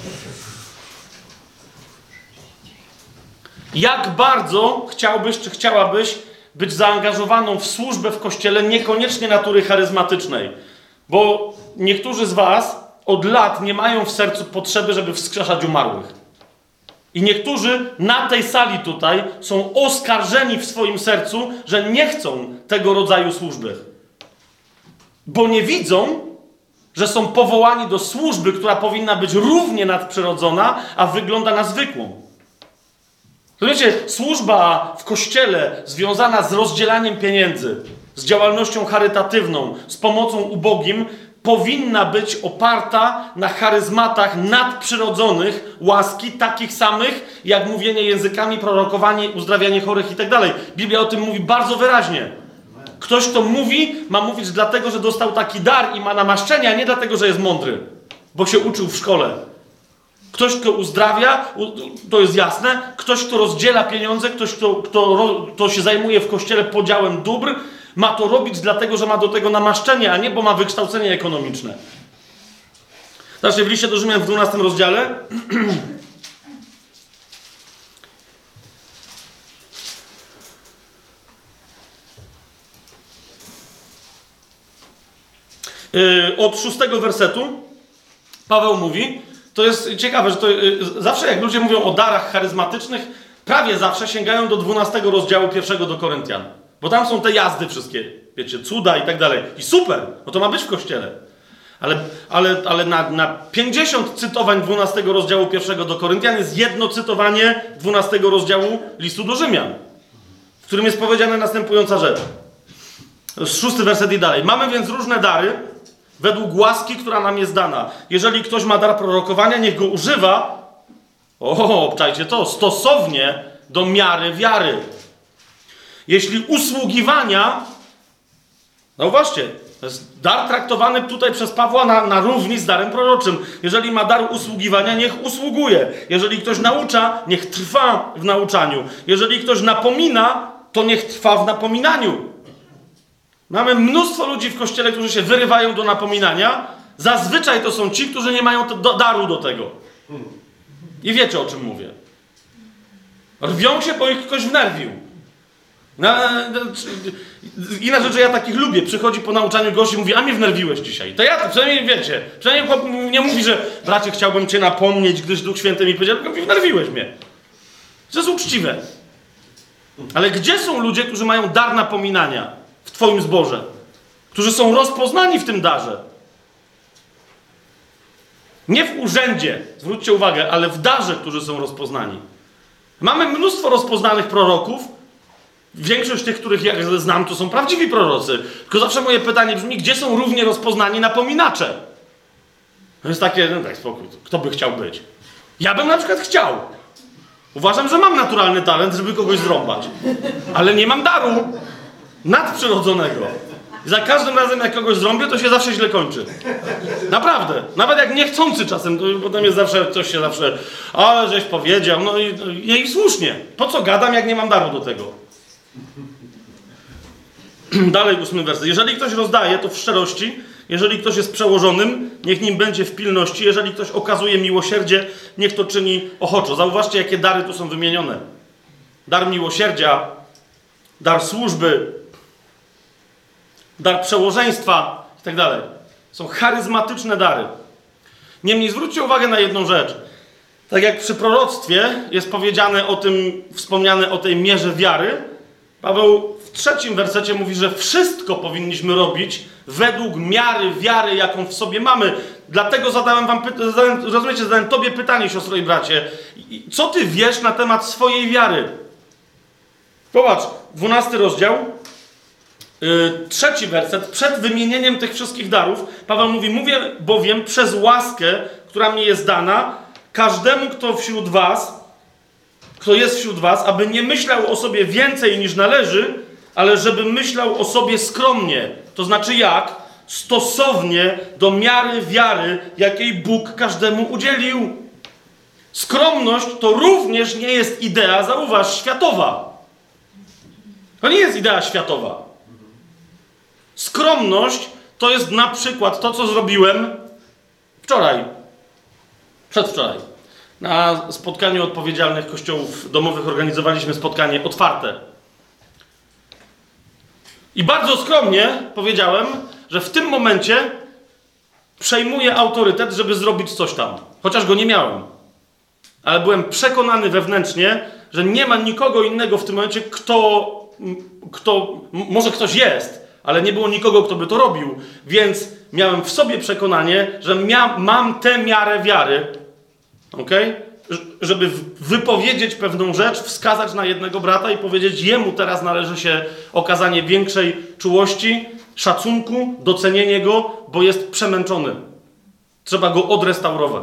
Jak bardzo chciałbyś, czy chciałabyś być zaangażowaną w służbę w kościele, niekoniecznie natury charyzmatycznej. Bo niektórzy z was od lat nie mają w sercu potrzeby, żeby wskrzeszać umarłych. I niektórzy na tej sali tutaj są oskarżeni w swoim sercu, że nie chcą tego rodzaju służby. Bo nie widzą, że są powołani do służby, która powinna być równie nadprzyrodzona, a wygląda na zwykłą. Rozumiecie, służba w kościele związana z rozdzielaniem pieniędzy, z działalnością charytatywną, z pomocą ubogim, powinna być oparta na charyzmatach nadprzyrodzonych łaski, takich samych jak mówienie językami, prorokowanie, uzdrawianie chorych itd. Biblia o tym mówi bardzo wyraźnie. Ktoś, kto mówi, ma mówić dlatego, że dostał taki dar i ma namaszczenie, a nie dlatego, że jest mądry, bo się uczył w szkole. Ktoś, kto uzdrawia, to jest jasne. Ktoś, kto rozdziela pieniądze, ktoś, kto się zajmuje w kościele podziałem dóbr, ma to robić dlatego, że ma do tego namaszczenie, a nie, bo ma wykształcenie ekonomiczne. Zobaczcie, w liście do Rzymian w 12 rozdziale od 6 wersetu Paweł mówi, to jest ciekawe, że to zawsze jak ludzie mówią o darach charyzmatycznych, prawie zawsze sięgają do 12 rozdziału 1 do Koryntian. Bo tam są te jazdy wszystkie, wiecie, cuda i tak dalej. I super, bo to ma być w kościele. Ale na 50 cytowań 12 rozdziału 1 do Koryntian jest jedno cytowanie 12 rozdziału listu do Rzymian, w którym jest powiedziana następująca rzecz. 6 werset i dalej. Mamy więc różne dary według łaski, która nam jest dana. Jeżeli ktoś ma dar prorokowania, niech go używa, obczajcie to, stosownie do miary wiary. Jeśli usługiwania, zauważcie, to jest dar traktowany tutaj przez Pawła na równi z darem proroczym. Jeżeli ma dar usługiwania, niech usługuje. Jeżeli ktoś naucza, niech trwa w nauczaniu. Jeżeli ktoś napomina, to niech trwa w napominaniu. Mamy mnóstwo ludzi w kościele, którzy się wyrywają do napominania. Zazwyczaj to są ci, którzy nie mają daru do tego. I wiecie, o czym mówię. Rwią się, bo ich ktoś wnerwił. Inna rzecz, że ja takich lubię. Przychodzi po nauczaniu gość i mówi, a mnie wnerwiłeś dzisiaj. To ja, przynajmniej wiecie. Przynajmniej nie mówi, że bracie, chciałbym cię napomnieć, gdyż Duch Święty mi powiedział, tylko wnerwiłeś mnie. To jest uczciwe. Ale gdzie są ludzie, którzy mają dar napominania w twoim zborze? Którzy są rozpoznani w tym darze. Nie w urzędzie, zwróćcie uwagę, ale w darze, którzy są rozpoznani. Mamy mnóstwo rozpoznanych proroków. Większość tych, których ja znam, to są prawdziwi prorocy. Tylko zawsze moje pytanie brzmi, gdzie są równie rozpoznani napominacze? To jest takie, no daj spokój, kto by chciał być? Ja bym na przykład chciał. Uważam, że mam naturalny talent, żeby kogoś zrąbać. Ale nie mam daru nadprzyrodzonego. I za każdym razem, jak kogoś zrąbię, to się zawsze źle kończy. Naprawdę. Nawet jak niechcący czasem, to potem jest zawsze, coś się zawsze, ale żeś powiedział, no i słusznie. Po co gadam, jak nie mam daru do tego? Dalej 8 werset. Jeżeli ktoś rozdaje, to w szczerości. Jeżeli ktoś jest przełożonym, niech nim będzie w pilności. Jeżeli ktoś okazuje miłosierdzie, niech to czyni ochoczo. Zauważcie, jakie dary tu są wymienione. Dar miłosierdzia, dar służby, dar przełożeństwa i tak dalej. Są charyzmatyczne dary. Niemniej zwróćcie uwagę na jedną rzecz. Tak jak przy proroctwie jest powiedziane o tym, wspomniane o tej mierze wiary, Paweł w 3 wersecie mówi, że wszystko powinniśmy robić według miary wiary, jaką w sobie mamy. Dlatego zadałem tobie pytanie, siostro i bracie. Co ty wiesz na temat swojej wiary? Popatrz, 12 rozdział, 3 werset. Przed wymienieniem tych wszystkich darów Paweł mówi, mówię bowiem przez łaskę, która mnie jest dana, każdemu, kto jest wśród was, aby nie myślał o sobie więcej niż należy, ale żeby myślał o sobie skromnie. To znaczy jak? Stosownie do miary wiary, jakiej Bóg każdemu udzielił. Skromność to również nie jest idea, zauważ, światowa. To nie jest idea światowa. Skromność to jest na przykład to, co zrobiłem przedwczoraj. Na spotkaniu odpowiedzialnych kościołów domowych organizowaliśmy spotkanie otwarte. I bardzo skromnie powiedziałem, że w tym momencie przejmuję autorytet, żeby zrobić coś tam. Chociaż go nie miałem. Ale byłem przekonany wewnętrznie, że nie ma nikogo innego w tym momencie, może ktoś jest, ale nie było nikogo, kto by to robił. Więc miałem w sobie przekonanie, że mam tę miarę wiary, żeby wypowiedzieć pewną rzecz, wskazać na jednego brata i powiedzieć, jemu teraz należy się okazanie większej czułości, szacunku, docenienie go, bo jest przemęczony. Trzeba go odrestaurować.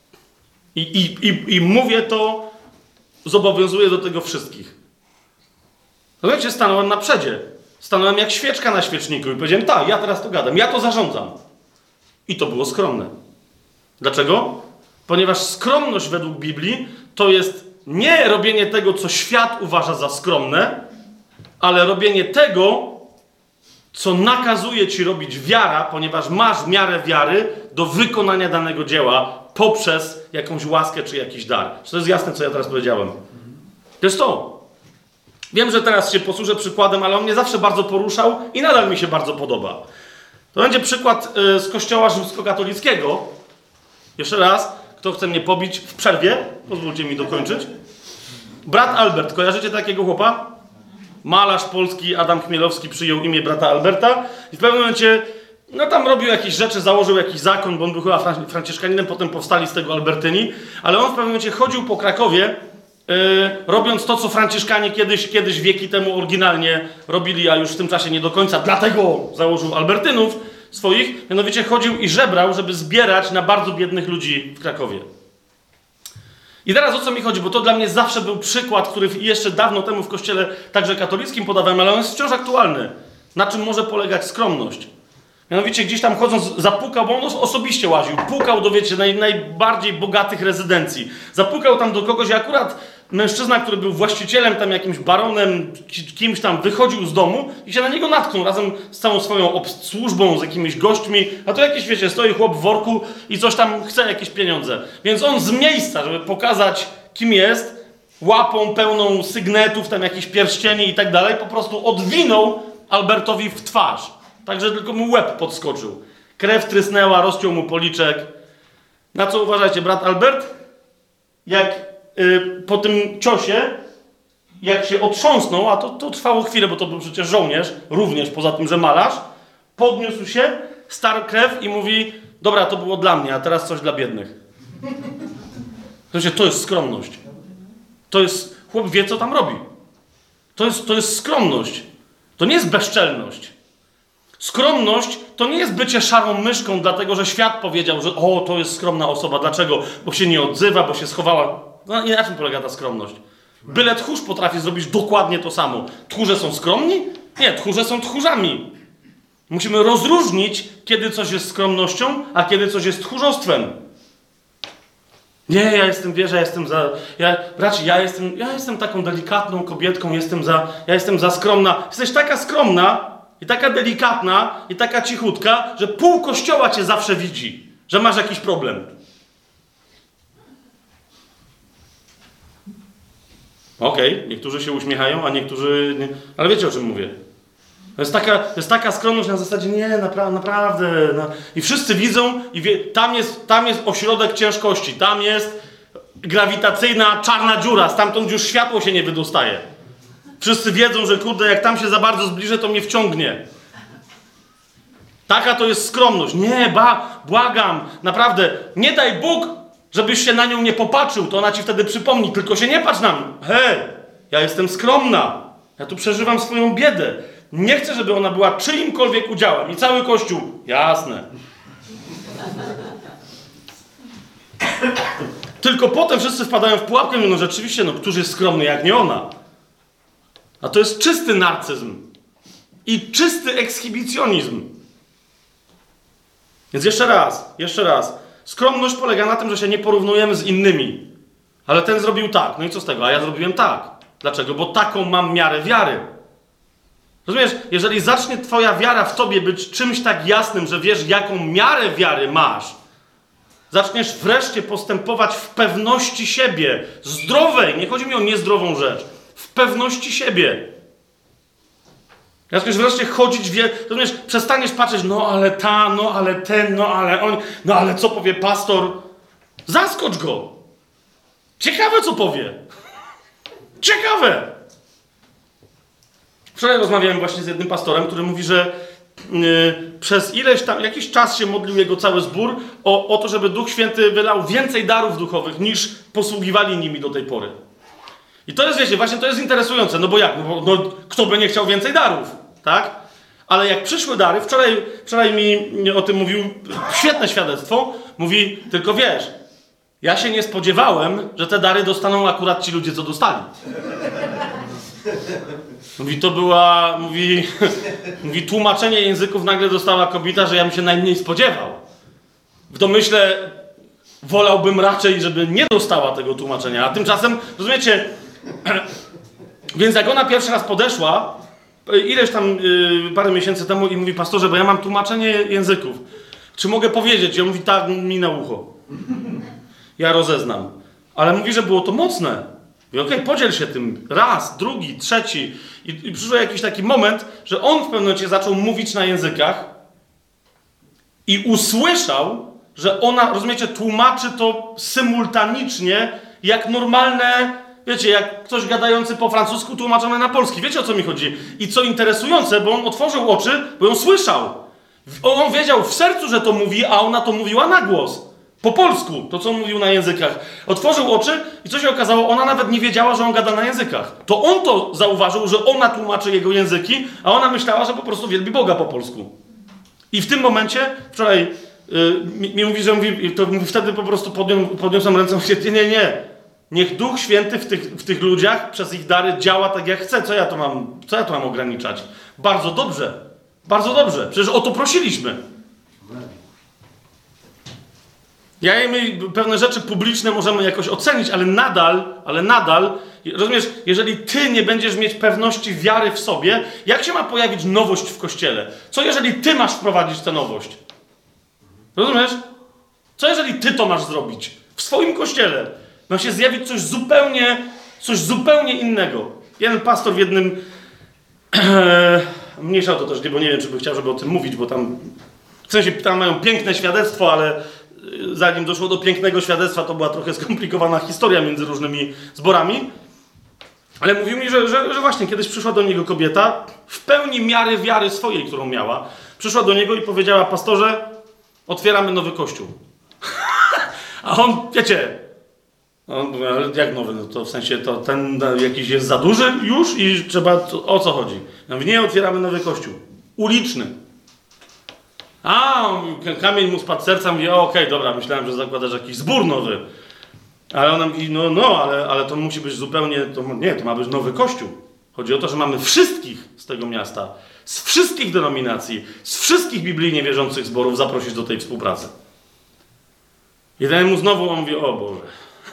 I mówię to, zobowiązuję do tego wszystkich. Wiecie, stanąłem na przedzie. Stanąłem jak świeczka na świeczniku i powiedziałem, tak, ja teraz to gadam, ja to zarządzam. I to było skromne. Dlaczego? Ponieważ skromność według Biblii to jest nie robienie tego, co świat uważa za skromne, ale robienie tego, co nakazuje ci robić wiara, ponieważ masz miarę wiary do wykonania danego dzieła poprzez jakąś łaskę czy jakiś dar. Czy to jest jasne, co ja teraz powiedziałem? To jest to. Wiem, że teraz się posłużę przykładem, ale on mnie zawsze bardzo poruszał i nadal mi się bardzo podoba. To będzie przykład z kościoła rzymskokatolickiego. Jeszcze raz, kto chce mnie pobić w przerwie, pozwólcie mi dokończyć. Brat Albert, kojarzycie takiego chłopa? Malarz polski Adam Chmielowski przyjął imię brata Alberta i w pewnym momencie No tam robił jakieś rzeczy, założył jakiś zakon, bo on był chyba franciszkaninem, potem powstali z tego Albertyni, ale on w pewnym momencie chodził po Krakowie, robiąc to, co franciszkanie kiedyś wieki temu oryginalnie robili, a już w tym czasie nie do końca, dlatego założył Albertynów swoich, mianowicie chodził i żebrał, żeby zbierać na bardzo biednych ludzi w Krakowie. I teraz o co mi chodzi, bo to dla mnie zawsze był przykład, który jeszcze dawno temu w kościele także katolickim podawałem, ale on jest wciąż aktualny. Na czym może polegać skromność? Mianowicie gdzieś tam chodząc zapukał, bo on osobiście łaził, pukał do, wiecie, najbardziej bogatych rezydencji. Zapukał tam do kogoś i akurat mężczyzna, który był właścicielem, tam jakimś baronem, kimś tam wychodził z domu i się na niego natknął razem z całą swoją służbą, z jakimiś gośćmi, a to jakiś, wiecie, stoi chłop w worku i coś tam chce, jakieś pieniądze. Więc on z miejsca, żeby pokazać, kim jest, łapą pełną sygnetów, tam jakichś pierścieni i tak dalej, po prostu odwinął Albertowi w twarz. Także tylko mu łeb podskoczył. Krew trysnęła, rozciął mu policzek. Na co uważajcie, brat Albert? Jak po tym ciosie, jak się otrząsnął, a to trwało chwilę, bo to był przecież żołnierz, również poza tym, że malarz, podniósł się, starł krew i mówi, dobra, to było dla mnie, a teraz coś dla biednych. To jest skromność. To jest, chłop wie, co tam robi. To jest skromność. To nie jest bezczelność. Skromność to nie jest bycie szarą myszką, dlatego że świat powiedział, że to jest skromna osoba. Dlaczego? Bo się nie odzywa, bo się schowała. No i na czym polega ta skromność? Byle tchórz potrafi zrobić dokładnie to samo. Tchórze są skromni? Nie, tchórze są tchórzami. Musimy rozróżnić, kiedy coś jest skromnością, a kiedy coś jest tchórzostwem. Nie, ja jestem taką delikatną kobietką, ja jestem za skromna. Jesteś taka skromna i taka delikatna i taka cichutka, że pół kościoła cię zawsze widzi, że masz jakiś problem. Okej, niektórzy się uśmiechają, a niektórzy nie. Ale wiecie, o czym mówię. To jest taka skromność na zasadzie, nie, naprawdę. I wszyscy widzą, tam jest ośrodek ciężkości, tam jest grawitacyjna czarna dziura, stamtąd już światło się nie wydostaje. Wszyscy wiedzą, że kurde, jak tam się za bardzo zbliżę, to mnie wciągnie. Taka to jest skromność. Nie, błagam, naprawdę, nie daj Bóg, żebyś się na nią nie popatrzył, to ona ci wtedy przypomni, tylko się nie patrz na mnie. Hej, ja jestem skromna, ja tu przeżywam swoją biedę. Nie chcę, żeby ona była czyimkolwiek udziałem. I cały Kościół, jasne. Tylko potem wszyscy wpadają w pułapkę i mówią, no rzeczywiście, któż jest skromny jak nie ona. A to jest czysty narcyzm. I czysty ekshibicjonizm. Więc jeszcze raz. Skromność polega na tym, że się nie porównujemy z innymi. Ale ten zrobił tak. No i co z tego? A ja zrobiłem tak. Dlaczego? Bo taką mam miarę wiary. Rozumiesz? Jeżeli zacznie twoja wiara w tobie być czymś tak jasnym, że wiesz, jaką miarę wiary masz, zaczniesz wreszcie postępować w pewności siebie. Zdrowej. Nie chodzi mi o niezdrową rzecz. W pewności siebie. Zaczniesz wreszcie chodzić, rozumiesz, przestaniesz patrzeć, ale ta, ale ten, ale on, ale co powie pastor? Zaskocz go. Ciekawe, co powie. Ciekawe. Wczoraj rozmawiałem właśnie z jednym pastorem, który mówi, że przez jakiś czas się modlił jego cały zbór o to, żeby Duch Święty wylał więcej darów duchowych, niż posługiwali nimi do tej pory. I to jest, wiecie, właśnie to jest interesujące, bo jak? Kto by nie chciał więcej darów, tak? Ale jak przyszły dary, wczoraj mi o tym mówił, świetne świadectwo, mówi, tylko wiesz, ja się nie spodziewałem, że te dary dostaną akurat ci ludzie, co dostali. Mówi, tłumaczenie języków nagle dostała kobieta, że ja bym się najmniej spodziewał. W domyśle wolałbym raczej, żeby nie dostała tego tłumaczenia, a tymczasem, rozumiecie, więc jak ona pierwszy raz podeszła, ileś tam parę miesięcy temu i mówi, pastorze, bo ja mam tłumaczenie języków. Czy mogę powiedzieć? Ja mówi, tak, mi na ucho. Ja rozeznam. Ale mówi, że było to mocne. Mówi, okej, podziel się tym. Raz, drugi, trzeci. I przyszedł jakiś taki moment, że on w pewnym momencie zaczął mówić na językach i usłyszał, że ona, rozumiecie, tłumaczy to symultanicznie, jak normalne, wiecie, jak ktoś gadający po francusku tłumaczone na polski. Wiecie, o co mi chodzi? I co interesujące, bo on otworzył oczy, bo ją słyszał. On wiedział w sercu, że to mówi, a ona to mówiła na głos. Po polsku, to co on mówił na językach. Otworzył oczy i co się okazało? Ona nawet nie wiedziała, że on gada na językach. To on to zauważył, że ona tłumaczy jego języki, a ona myślała, że po prostu wielbi Boga po polsku. I w tym momencie, wczoraj mi mówi, że wtedy po prostu podniosłem ręce i mówię, nie. Niech Duch Święty w tych ludziach przez ich dary działa tak jak chce. Co ja to mam ograniczać? Bardzo dobrze. Bardzo dobrze. Przecież o to prosiliśmy. Pewne rzeczy publiczne możemy jakoś ocenić, ale nadal, rozumiesz, jeżeli ty nie będziesz mieć pewności wiary w sobie, jak się ma pojawić nowość w Kościele? Co jeżeli ty masz wprowadzić tę nowość? Rozumiesz? Co jeżeli ty to masz zrobić? W swoim Kościele ma się zjawić coś zupełnie innego. Jeden pastor w jednym... mniejsza o to też, bo nie wiem, czy by chciał, żeby o tym mówić, bo tam... W sensie, tam mają piękne świadectwo, ale zanim doszło do pięknego świadectwa, to była trochę skomplikowana historia między różnymi zborami. Ale mówił mi, że właśnie kiedyś przyszła do niego kobieta w pełni miary wiary swojej, którą miała. Przyszła do niego i powiedziała, pastorze, otwieramy nowy kościół. A on, wiecie, ale jak nowy? No to w sensie to ten jakiś jest za duży już i trzeba, o co chodzi? Ja mówię, nie, otwieramy nowy kościół. Uliczny. A, kamień mu spadł z serca, mówi, okej, dobra, myślałem, że zakładasz jakiś zbór nowy. Ale ona mówi, ale to musi być zupełnie, to ma być nowy kościół. Chodzi o to, że mamy wszystkich z tego miasta, z wszystkich denominacji, z wszystkich biblijnie wierzących zborów zaprosić do tej współpracy. I ten mu znowu, on mówi, o Boże,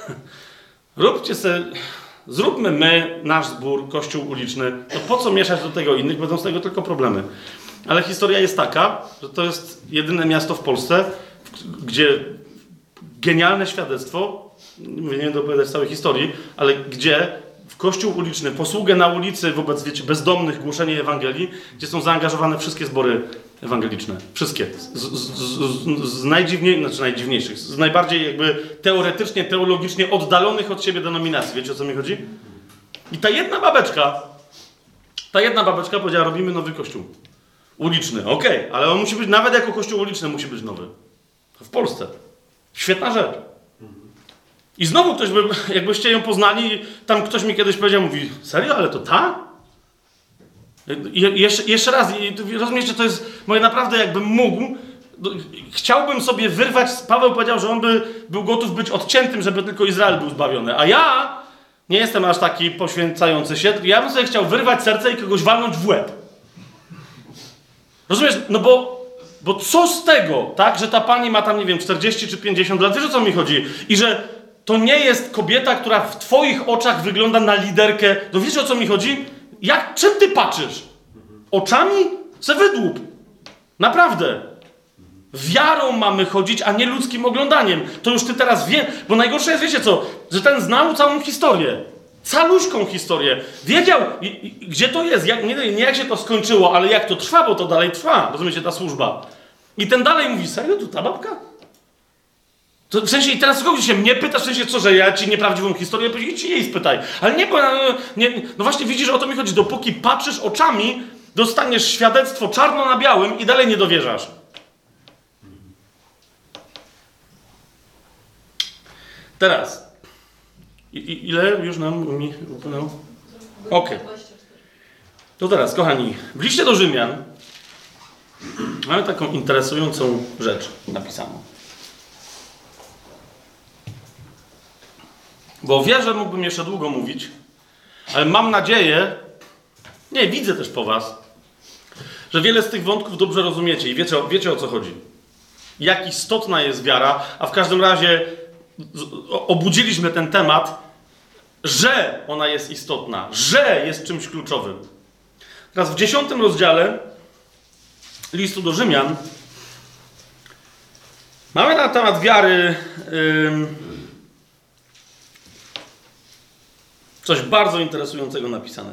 zróbmy my, nasz zbór, kościół uliczny, to po co mieszać do tego innych, będą z tego tylko problemy. Ale historia jest taka, że to jest jedyne miasto w Polsce, gdzie genialne świadectwo, nie będę opowiadać całej historii, ale gdzie w kościół uliczny, posługę na ulicy wobec, wiecie, bezdomnych, głoszenie Ewangelii, gdzie są zaangażowane wszystkie zbory ewangeliczne. Wszystkie. Z najdziwniejszych, z najbardziej jakby teoretycznie, teologicznie oddalonych od siebie denominacji. Wiecie, o co mi chodzi? I ta jedna babeczka powiedziała, robimy nowy kościół. Uliczny, okej, ale on musi być, nawet jako kościół uliczny musi być nowy. W Polsce. Świetna rzecz. I znowu ktoś by, jakbyście ją poznali, tam ktoś mi kiedyś powiedział, mówi, serio, ale to ta? Jeszcze raz, rozumiecie, to jest, moje naprawdę jakbym mógł, chciałbym sobie wyrwać, Paweł powiedział, że on był gotów być odciętym, żeby tylko Izrael był zbawiony, a ja nie jestem aż taki poświęcający się, ja bym sobie chciał wyrwać serce i kogoś walnąć w łeb. Rozumiesz? No bo co z tego, tak, że ta pani ma tam, nie wiem, 40 czy 50 lat, wiesz, o co mi chodzi? I że to nie jest kobieta, która w twoich oczach wygląda na liderkę. No wiesz, o co mi chodzi? Czym ty patrzysz? Oczami? Se wydłup. Naprawdę. Wiarą mamy chodzić, a nie ludzkim oglądaniem. To już ty teraz wiesz, bo najgorsze jest, wiecie co, że ten znał całą historię. Caluśką historię. Wiedział, gdzie to jest, nie jak się to skończyło, ale jak to trwa, bo to dalej trwa. Rozumiecie, ta służba. I ten dalej mówi, serio, tu ta babka? To w sensie, i teraz kogoś się mnie pytasz, w sensie co, że ja ci nieprawdziwą historię, idź jej spytaj. Ale nie, bo no właśnie widzisz, o to mi chodzi. Dopóki patrzysz oczami, dostaniesz świadectwo czarno na białym i dalej nie dowierzasz. Teraz. Ile już mi upłynęło? Okej. To teraz, kochani, w liście do Rzymian mamy taką interesującą rzecz napisaną. Bo o wierze mógłbym jeszcze długo mówić, ale mam nadzieję, widzę też po was, że wiele z tych wątków dobrze rozumiecie i wiecie o co chodzi. Jak istotna jest wiara, a w każdym razie obudziliśmy ten temat, że ona jest istotna, że jest czymś kluczowym. Teraz w 10 rozdziale listu do Rzymian mamy na temat wiary coś bardzo interesującego napisane.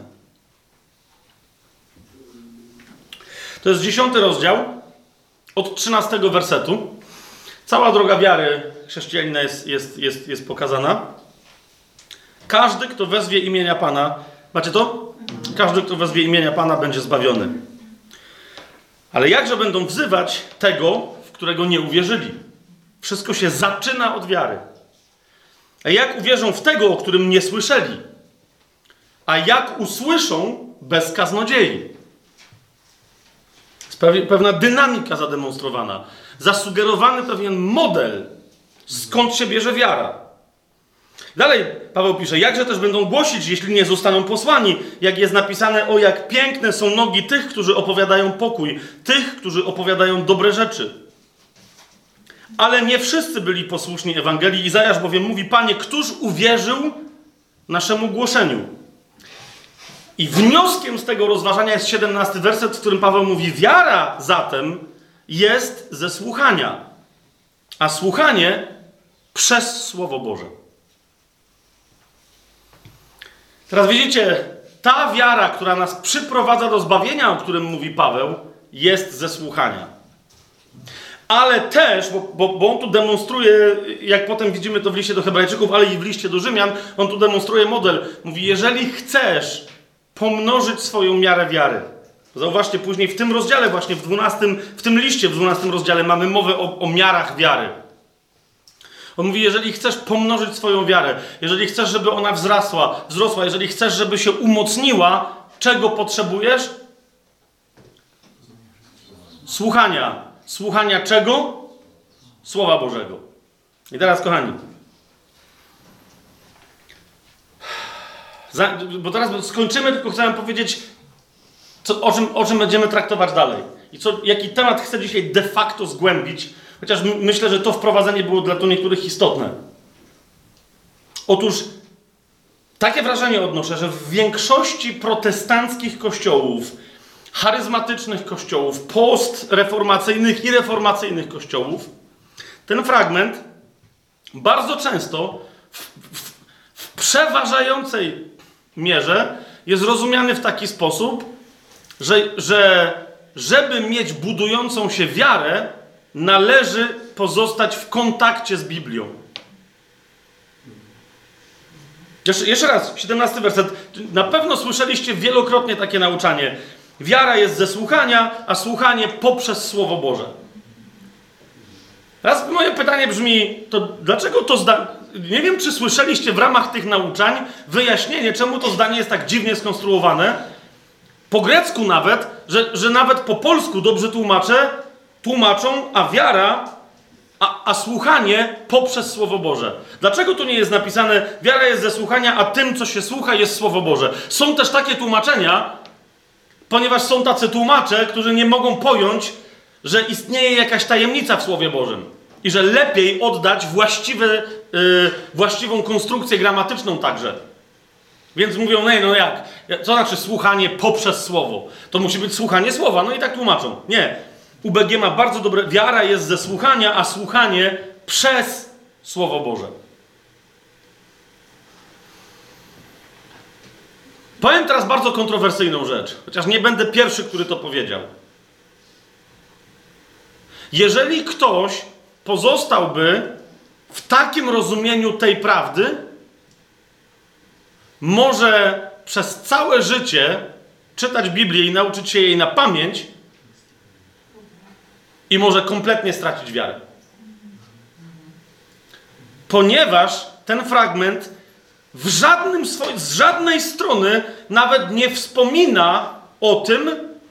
To jest 10 rozdział od 13 wersetu. Cała droga wiary chrześcijanina jest pokazana. Każdy, kto wezwie imienia Pana, macie to? Każdy, kto wezwie imienia Pana, będzie zbawiony. Ale jakże będą wzywać tego, w którego nie uwierzyli? Wszystko się zaczyna od wiary. A jak uwierzą w tego, o którym nie słyszeli? A jak usłyszą bez kaznodziei? Jest pewna dynamika zademonstrowana. Zasugerowany pewien model, skąd się bierze wiara. Dalej Paweł pisze, jakże też będą głosić, jeśli nie zostaną posłani, jak jest napisane, o jak piękne są nogi tych, którzy opowiadają pokój, tych, którzy opowiadają dobre rzeczy. Ale nie wszyscy byli posłuszni Ewangelii. Izajasz bowiem mówi, Panie, któż uwierzył naszemu głoszeniu? I wnioskiem z tego rozważania jest 17 werset, w którym Paweł mówi, wiara zatem jest ze słuchania, a słuchanie przez Słowo Boże. Teraz widzicie, ta wiara, która nas przyprowadza do zbawienia, o którym mówi Paweł, jest ze słuchania. Ale też, bo on tu demonstruje, jak potem widzimy to w liście do Hebrajczyków, ale i w liście do Rzymian, on tu demonstruje model. Mówi, jeżeli chcesz pomnożyć swoją miarę wiary. Zauważcie, później w tym rozdziale, właśnie w tym liście, w 12 rozdziale mamy mowę o miarach wiary. On mówi, jeżeli chcesz pomnożyć swoją wiarę, jeżeli chcesz, żeby ona wzrosła, jeżeli chcesz, żeby się umocniła, czego potrzebujesz? Słuchania. Słuchania czego? Słowa Bożego. I teraz, kochani, bo teraz skończymy, tylko chcę powiedzieć, o czym będziemy traktować dalej. I jaki temat chcę dzisiaj de facto zgłębić, chociaż myślę, że to wprowadzenie było dla niektórych istotne. Otóż takie wrażenie odnoszę, że w większości protestanckich kościołów, charyzmatycznych kościołów, postreformacyjnych i reformacyjnych kościołów, ten fragment bardzo często w przeważającej mierze jest rozumiany w taki sposób, że żeby mieć budującą się wiarę, należy pozostać w kontakcie z Biblią. Jeszcze raz, 17 werset. Na pewno słyszeliście wielokrotnie takie nauczanie. Wiara jest ze słuchania, a słuchanie poprzez Słowo Boże. Teraz moje pytanie brzmi, to dlaczego to zdanie... Nie wiem, czy słyszeliście w ramach tych nauczań wyjaśnienie, czemu to zdanie jest tak dziwnie skonstruowane. Po grecku nawet, że nawet po polsku dobrze tłumaczą, a wiara, a słuchanie poprzez Słowo Boże. Dlaczego tu nie jest napisane, wiara jest ze słuchania, a tym, co się słucha, jest Słowo Boże? Są też takie tłumaczenia, ponieważ są tacy tłumacze, którzy nie mogą pojąć, że istnieje jakaś tajemnica w Słowie Bożym i że lepiej oddać właściwą konstrukcję gramatyczną także. Więc mówią, no jak? Co znaczy słuchanie poprzez Słowo? To musi być słuchanie Słowa. No i tak tłumaczą. Nie. UBG ma bardzo dobre... Wiara jest ze słuchania, a słuchanie przez Słowo Boże. Powiem teraz bardzo kontrowersyjną rzecz. Chociaż nie będę pierwszy, który to powiedział. Jeżeli ktoś pozostałby w takim rozumieniu tej prawdy, może przez całe życie czytać Biblię i nauczyć się jej na pamięć i może kompletnie stracić wiarę. Ponieważ ten fragment z żadnej strony nawet nie wspomina o tym,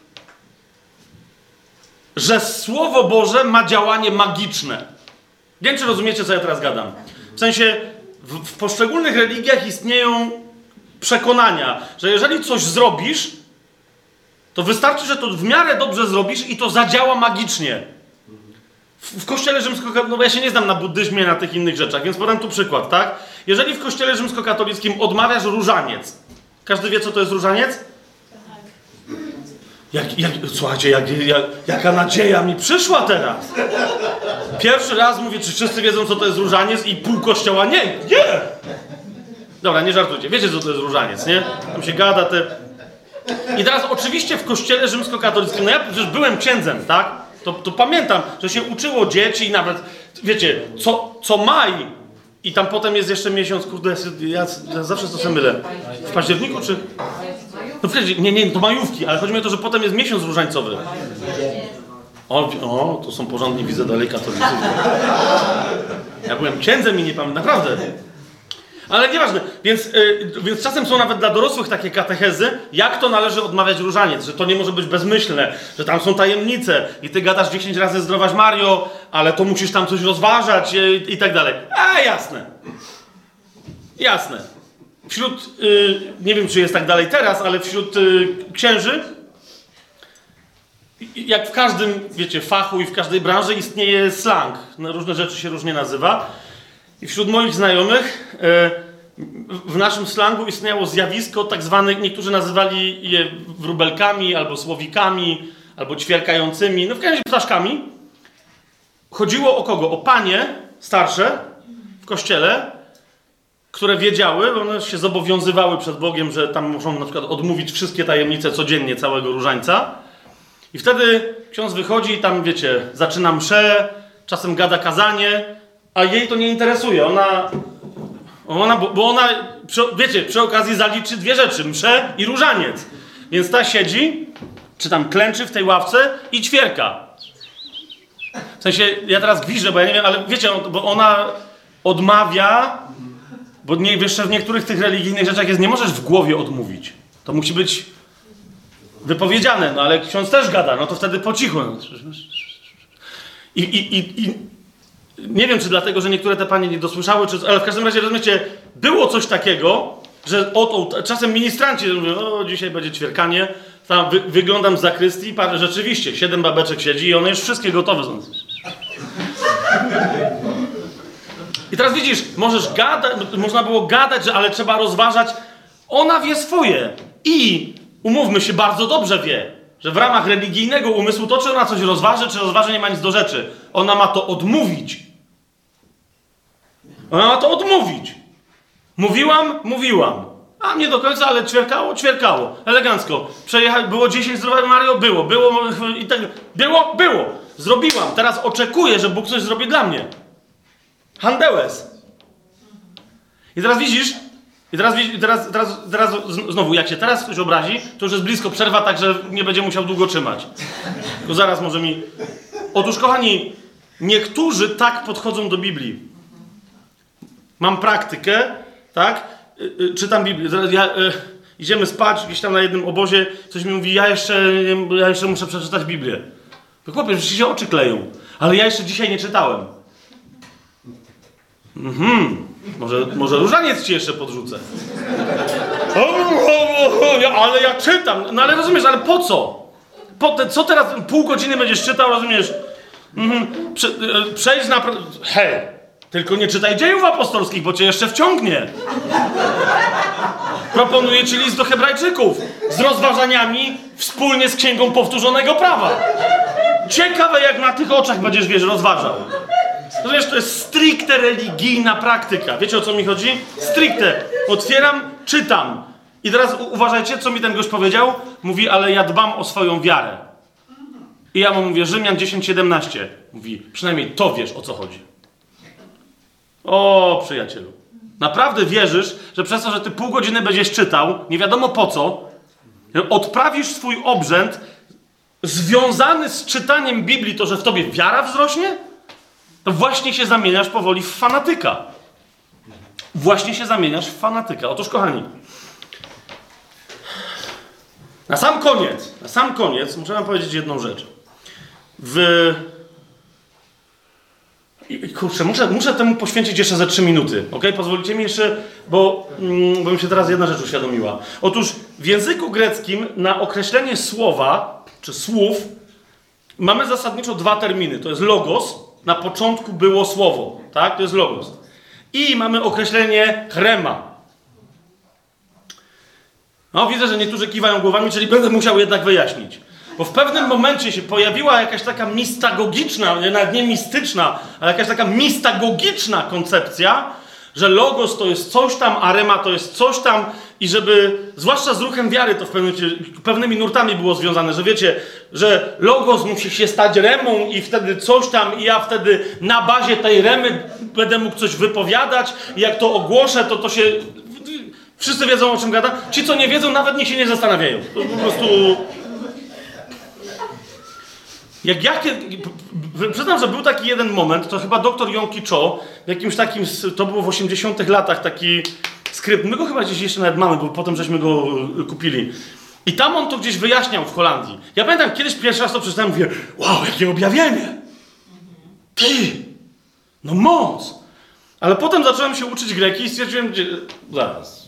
że Słowo Boże ma działanie magiczne. Nie wiem, czy rozumiecie, co ja teraz gadam. W sensie, w poszczególnych religiach istnieją przekonania, że jeżeli coś zrobisz, to wystarczy, że to w miarę dobrze zrobisz i to zadziała magicznie. W kościele rzymskokatolickim, no bo ja się nie znam na buddyzmie, na tych innych rzeczach, więc podam tu przykład, tak? Jeżeli w kościele rzymskokatolickim odmawiasz różaniec, każdy wie, co to jest różaniec? Słuchajcie, jaka nadzieja mi przyszła teraz. Pierwszy raz mówię, czy wszyscy wiedzą, co to jest różaniec i pół kościoła nie. Dobra, nie żartujcie. Wiecie, co to jest różaniec, nie? Tam się gada te... I teraz oczywiście w kościele rzymskokatolickim, no ja przecież byłem księdzem, tak? To pamiętam, że się uczyło dzieci i nawet, wiecie, co maj i tam potem jest jeszcze miesiąc, kurde, ja zawsze to sobie mylę. W październiku czy... No przecież, nie, to majówki, ale chodzi mi o to, że potem jest miesiąc różańcowy. O, to są porządni, widzę dalej katolicy. Ja byłem księdzem i nie pamiętam, naprawdę. Ale nieważne, więc czasem są nawet dla dorosłych takie katechezy, jak to należy odmawiać różaniec, że to nie może być bezmyślne, że tam są tajemnice i ty gadasz 10 razy Zdrowaś Mario, ale to musisz tam coś rozważać i tak dalej. Jasne. Jasne. Wśród, nie wiem czy jest tak dalej teraz, ale wśród księży, jak w każdym, wiecie, fachu i w każdej branży istnieje slang. Różne rzeczy się różnie nazywa. I wśród moich znajomych w naszym slangu istniało zjawisko tak zwanych, niektórzy nazywali je wróbelkami, albo słowikami, albo ćwierkającymi, no w każdym razie ptaszkami. Chodziło o kogo? O panie starsze w kościele, które wiedziały, bo one się zobowiązywały przed Bogiem, że tam muszą na przykład odmówić wszystkie tajemnice codziennie całego różańca. I wtedy ksiądz wychodzi i tam, wiecie, zaczyna mszę, czasem gada kazanie, a jej to nie interesuje. Bo ona, wiecie, przy okazji zaliczy dwie rzeczy, mszę i różaniec. Więc ta siedzi, czy tam klęczy w tej ławce i ćwierka. W sensie, ja teraz gwiżdżę, bo ja nie wiem, ale wiecie, bo ona odmawia, bo jeszcze w niektórych tych religijnych rzeczach jest, nie możesz w głowie odmówić. To musi być wypowiedziane, no ale ksiądz też gada, no to wtedy po cichu. I nie wiem, czy dlatego, że niektóre te panie nie dosłyszały, ale w każdym razie, rozumiecie, było coś takiego, że czasem ministranci mówią, o, dzisiaj będzie ćwierkanie, tam wyglądam z zakrystii, rzeczywiście, 7 babeczek siedzi i one już wszystkie gotowe są. I teraz widzisz, można było gadać, ale trzeba rozważać. Ona wie swoje i umówmy się, bardzo dobrze wie, że w ramach religijnego umysłu to, czy ona coś rozważy, czy rozważy, nie ma nic do rzeczy. Ona ma to odmówić. Ona ma to odmówić. Mówiłam. A nie do końca, ale ćwierkało. Elegancko. Było 10 Zdrowaś Mario? Było i tak. Było. Zrobiłam. Teraz oczekuję, że Bóg coś zrobi dla mnie. Handełes. I teraz widzisz, teraz znowu, jak się teraz ktoś obrazi, to już jest blisko przerwa, tak że nie będzie musiał długo trzymać. Tylko zaraz może mi... Otóż, kochani, niektórzy tak podchodzą do Biblii. Mam praktykę, tak? Czytam Biblię. Idziemy spać, gdzieś tam na jednym obozie, coś mi mówi, ja jeszcze muszę przeczytać Biblię. Chłopie, przecież się oczy kleją. Ale ja jeszcze dzisiaj nie czytałem. Może różaniec ci jeszcze podrzucę. Ale ja czytam. No ale rozumiesz, ale po co? Co teraz pół godziny będziesz czytał, rozumiesz? Przejdź na... Hej, tylko nie czytaj Dziejów Apostolskich, bo cię jeszcze wciągnie. Proponuję ci list do Hebrajczyków z rozważaniami wspólnie z Księgą Powtórzonego Prawa. Ciekawe, jak na tych oczach będziesz, wiesz, rozważał. Rozumiesz, to jest stricte religijna praktyka. Wiecie, o co mi chodzi? Stricte. Otwieram, czytam. I teraz uważajcie, co mi ten gość powiedział. Mówi, ale ja dbam o swoją wiarę. I ja mu mówię, Rzymian 10:17. Mówi, przynajmniej to wiesz, o co chodzi. O, przyjacielu. Naprawdę wierzysz, że przez to, że ty pół godziny będziesz czytał, nie wiadomo po co, odprawisz swój obrzęd związany z czytaniem Biblii, to, że w tobie wiara wzrośnie? To właśnie się zamieniasz powoli w fanatyka. Otóż, kochani, na sam koniec muszę wam powiedzieć jedną rzecz. Kurczę, muszę temu poświęcić jeszcze ze 3 minuty, ok? Pozwolicie mi jeszcze, bo mi się teraz jedna rzecz uświadomiła. Otóż w języku greckim na określenie słowa, czy słów, mamy zasadniczo 2 terminy. To jest logos, na początku było słowo, tak? To jest logos. I mamy określenie chrema. No, widzę, że niektórzy kiwają głowami, czyli będę musiał jednak wyjaśnić. Bo w pewnym momencie się pojawiła jakaś taka mistagogiczna, nawet nie mistyczna, ale jakaś taka mistagogiczna koncepcja, że logos to jest coś tam, a rema to jest coś tam i żeby, zwłaszcza z ruchem wiary to pewnymi nurtami było związane, że wiecie, że logos musi się stać remą i wtedy coś tam i ja wtedy na bazie tej remy będę mógł coś wypowiadać i jak to ogłoszę, to się... Wszyscy wiedzą, o czym gadam. Ci, co nie wiedzą, nawet niech się nie zastanawiają. To po prostu... Przyznam, że był taki jeden moment, to chyba doktor Yonggi Cho, w jakimś takim, to było w 80-tych latach, taki skrypt. My go chyba gdzieś jeszcze nawet mamy, bo potem żeśmy go kupili. I tam on to gdzieś wyjaśniał w Holandii. Ja pamiętam, kiedyś pierwszy raz to przeczytałem, mówię, wow, jakie objawienie! Ty! No moc! Ale potem zacząłem się uczyć greki i stwierdziłem, zaraz.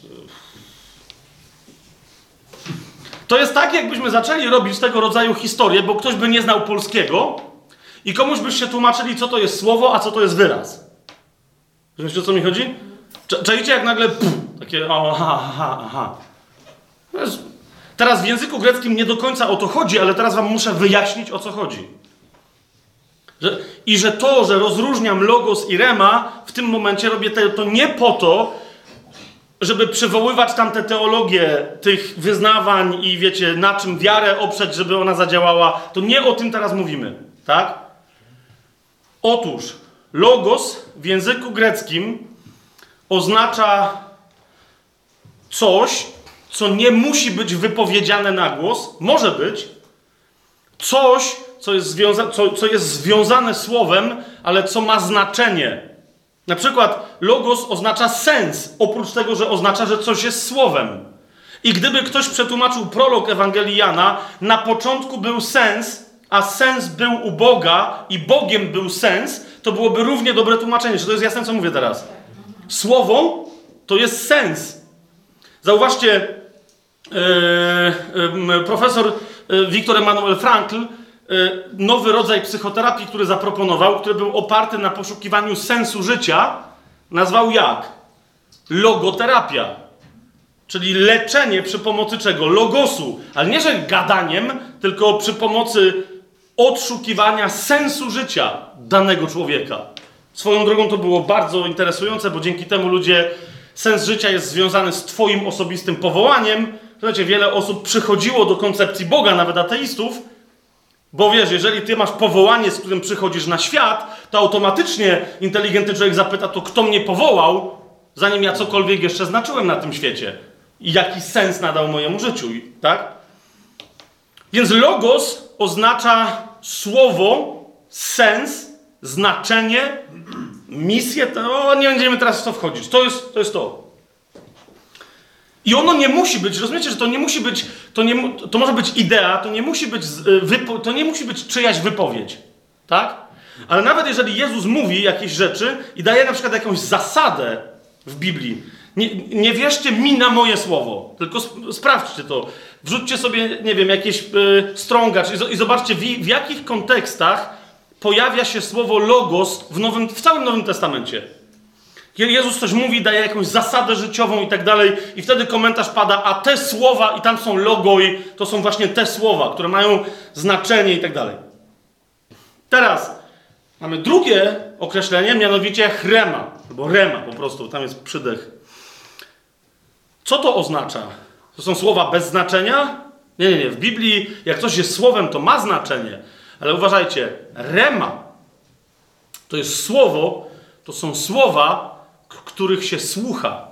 To jest tak, jakbyśmy zaczęli robić tego rodzaju historię, bo ktoś by nie znał polskiego i komuś byście tłumaczyli, co to jest słowo, a co to jest wyraz. Wiecie, o co mi chodzi? Czajcie, jak nagle takie aha. Teraz w języku greckim nie do końca o to chodzi, ale teraz wam muszę wyjaśnić, o co chodzi. Że rozróżniam logos i rema, w tym momencie robię to nie po to, żeby przywoływać tam tę teologię tych wyznawań i wiecie, na czym wiarę oprzeć, żeby ona zadziałała. To nie o tym teraz mówimy, tak? Otóż logos w języku greckim oznacza coś, co nie musi być wypowiedziane na głos. Może być coś, co jest związane słowem, ale co ma znaczenie. Na przykład logos oznacza sens, oprócz tego, że oznacza, że coś jest słowem. I gdyby ktoś przetłumaczył prolog Ewangelii Jana, na początku był sens, a sens był u Boga i Bogiem był sens, to byłoby równie dobre tłumaczenie. Czy to jest jasne, co mówię teraz? Słowo to jest sens. Zauważcie, profesor Viktor Emanuel Frankl nowy rodzaj psychoterapii, który zaproponował, który był oparty na poszukiwaniu sensu życia, nazwał jak? Logoterapia. Czyli leczenie przy pomocy czego? Logosu. Ale nie, że gadaniem, tylko przy pomocy odszukiwania sensu życia danego człowieka. Swoją drogą to było bardzo interesujące, bo dzięki temu sens życia jest związany z twoim osobistym powołaniem. Słuchajcie, wiele osób przychodziło do koncepcji Boga, nawet ateistów, bo wiesz, jeżeli ty masz powołanie, z którym przychodzisz na świat, to automatycznie inteligentny człowiek zapyta, to kto mnie powołał, zanim ja cokolwiek jeszcze znaczyłem na tym świecie. I jaki sens nadał mojemu życiu, tak? Więc logos oznacza słowo, sens, znaczenie, misję. Nie będziemy teraz w to wchodzić. To jest to. I ono nie musi być, rozumiecie, że to nie musi być, to może być idea, to nie musi być czyjaś wypowiedź, tak? Ale nawet jeżeli Jezus mówi jakieś rzeczy i daje na przykład jakąś zasadę w Biblii, nie wierzcie mi na moje słowo, tylko sprawdźcie to. Wrzućcie sobie, nie wiem, jakieś strągacz i zobaczcie, w jakich kontekstach pojawia się słowo logos w całym Nowym Testamencie. Kiedy Jezus coś mówi, daje jakąś zasadę życiową i tak dalej, i wtedy komentarz pada, a te słowa, i tam są logoi, to są właśnie te słowa, które mają znaczenie i tak dalej. Teraz mamy drugie określenie, mianowicie chrema, albo rema po prostu, tam jest przydech. Co to oznacza? To są słowa bez znaczenia? Nie. W Biblii, jak coś jest słowem, to ma znaczenie. Ale uważajcie, rema to jest słowo, to są słowa, których się słucha.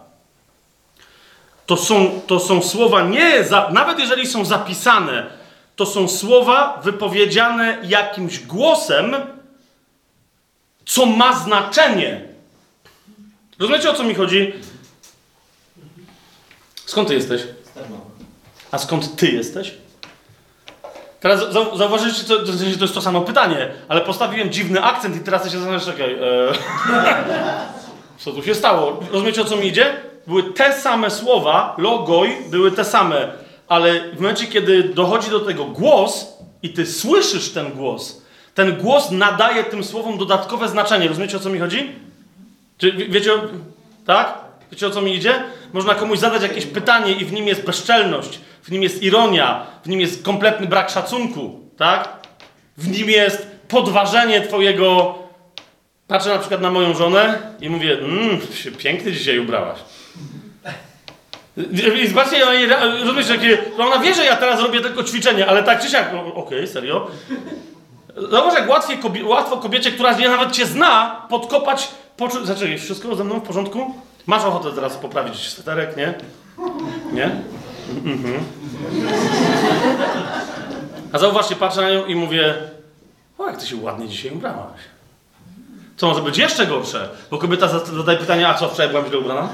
To są słowa nawet jeżeli są zapisane, to są słowa wypowiedziane jakimś głosem, co ma znaczenie. Rozumiecie, o co mi chodzi? Skąd ty jesteś? A skąd ty jesteś? Teraz zauważyliście, to jest to samo pytanie, ale postawiłem dziwny akcent i teraz ty się zastanawiasz, czekaj, co tu się stało? Rozumiecie, o co mi idzie? Były te same słowa, logoi, były te same, ale w momencie, kiedy dochodzi do tego głos i ty słyszysz ten głos nadaje tym słowom dodatkowe znaczenie. Rozumiecie, o co mi chodzi? Czy wiecie, tak? Wiecie, o co mi idzie? Można komuś zadać jakieś pytanie i w nim jest bezczelność, w nim jest ironia, w nim jest kompletny brak szacunku, tak? W nim jest podważenie twojego... Patrzę na przykład na moją żonę i mówię, się pięknie dzisiaj ubrałaś. I zobaczcie, rozumiesz, ona wie, że ja teraz robię tylko ćwiczenie, ale tak czy siak, okej, serio. Zobacz, jak łatwo kobiecie, która nawet cię zna, podkopać, Zaczekaj, wszystko ze mną w porządku? Masz ochotę teraz poprawić sweterek, nie? Nie? A zauważcie, patrzę na nią i mówię, O, jak ty się ładnie dzisiaj ubrałaś. Co może być jeszcze gorsze? Bo kobieta zadaje pytanie, a co, wczoraj byłam źle ubrana?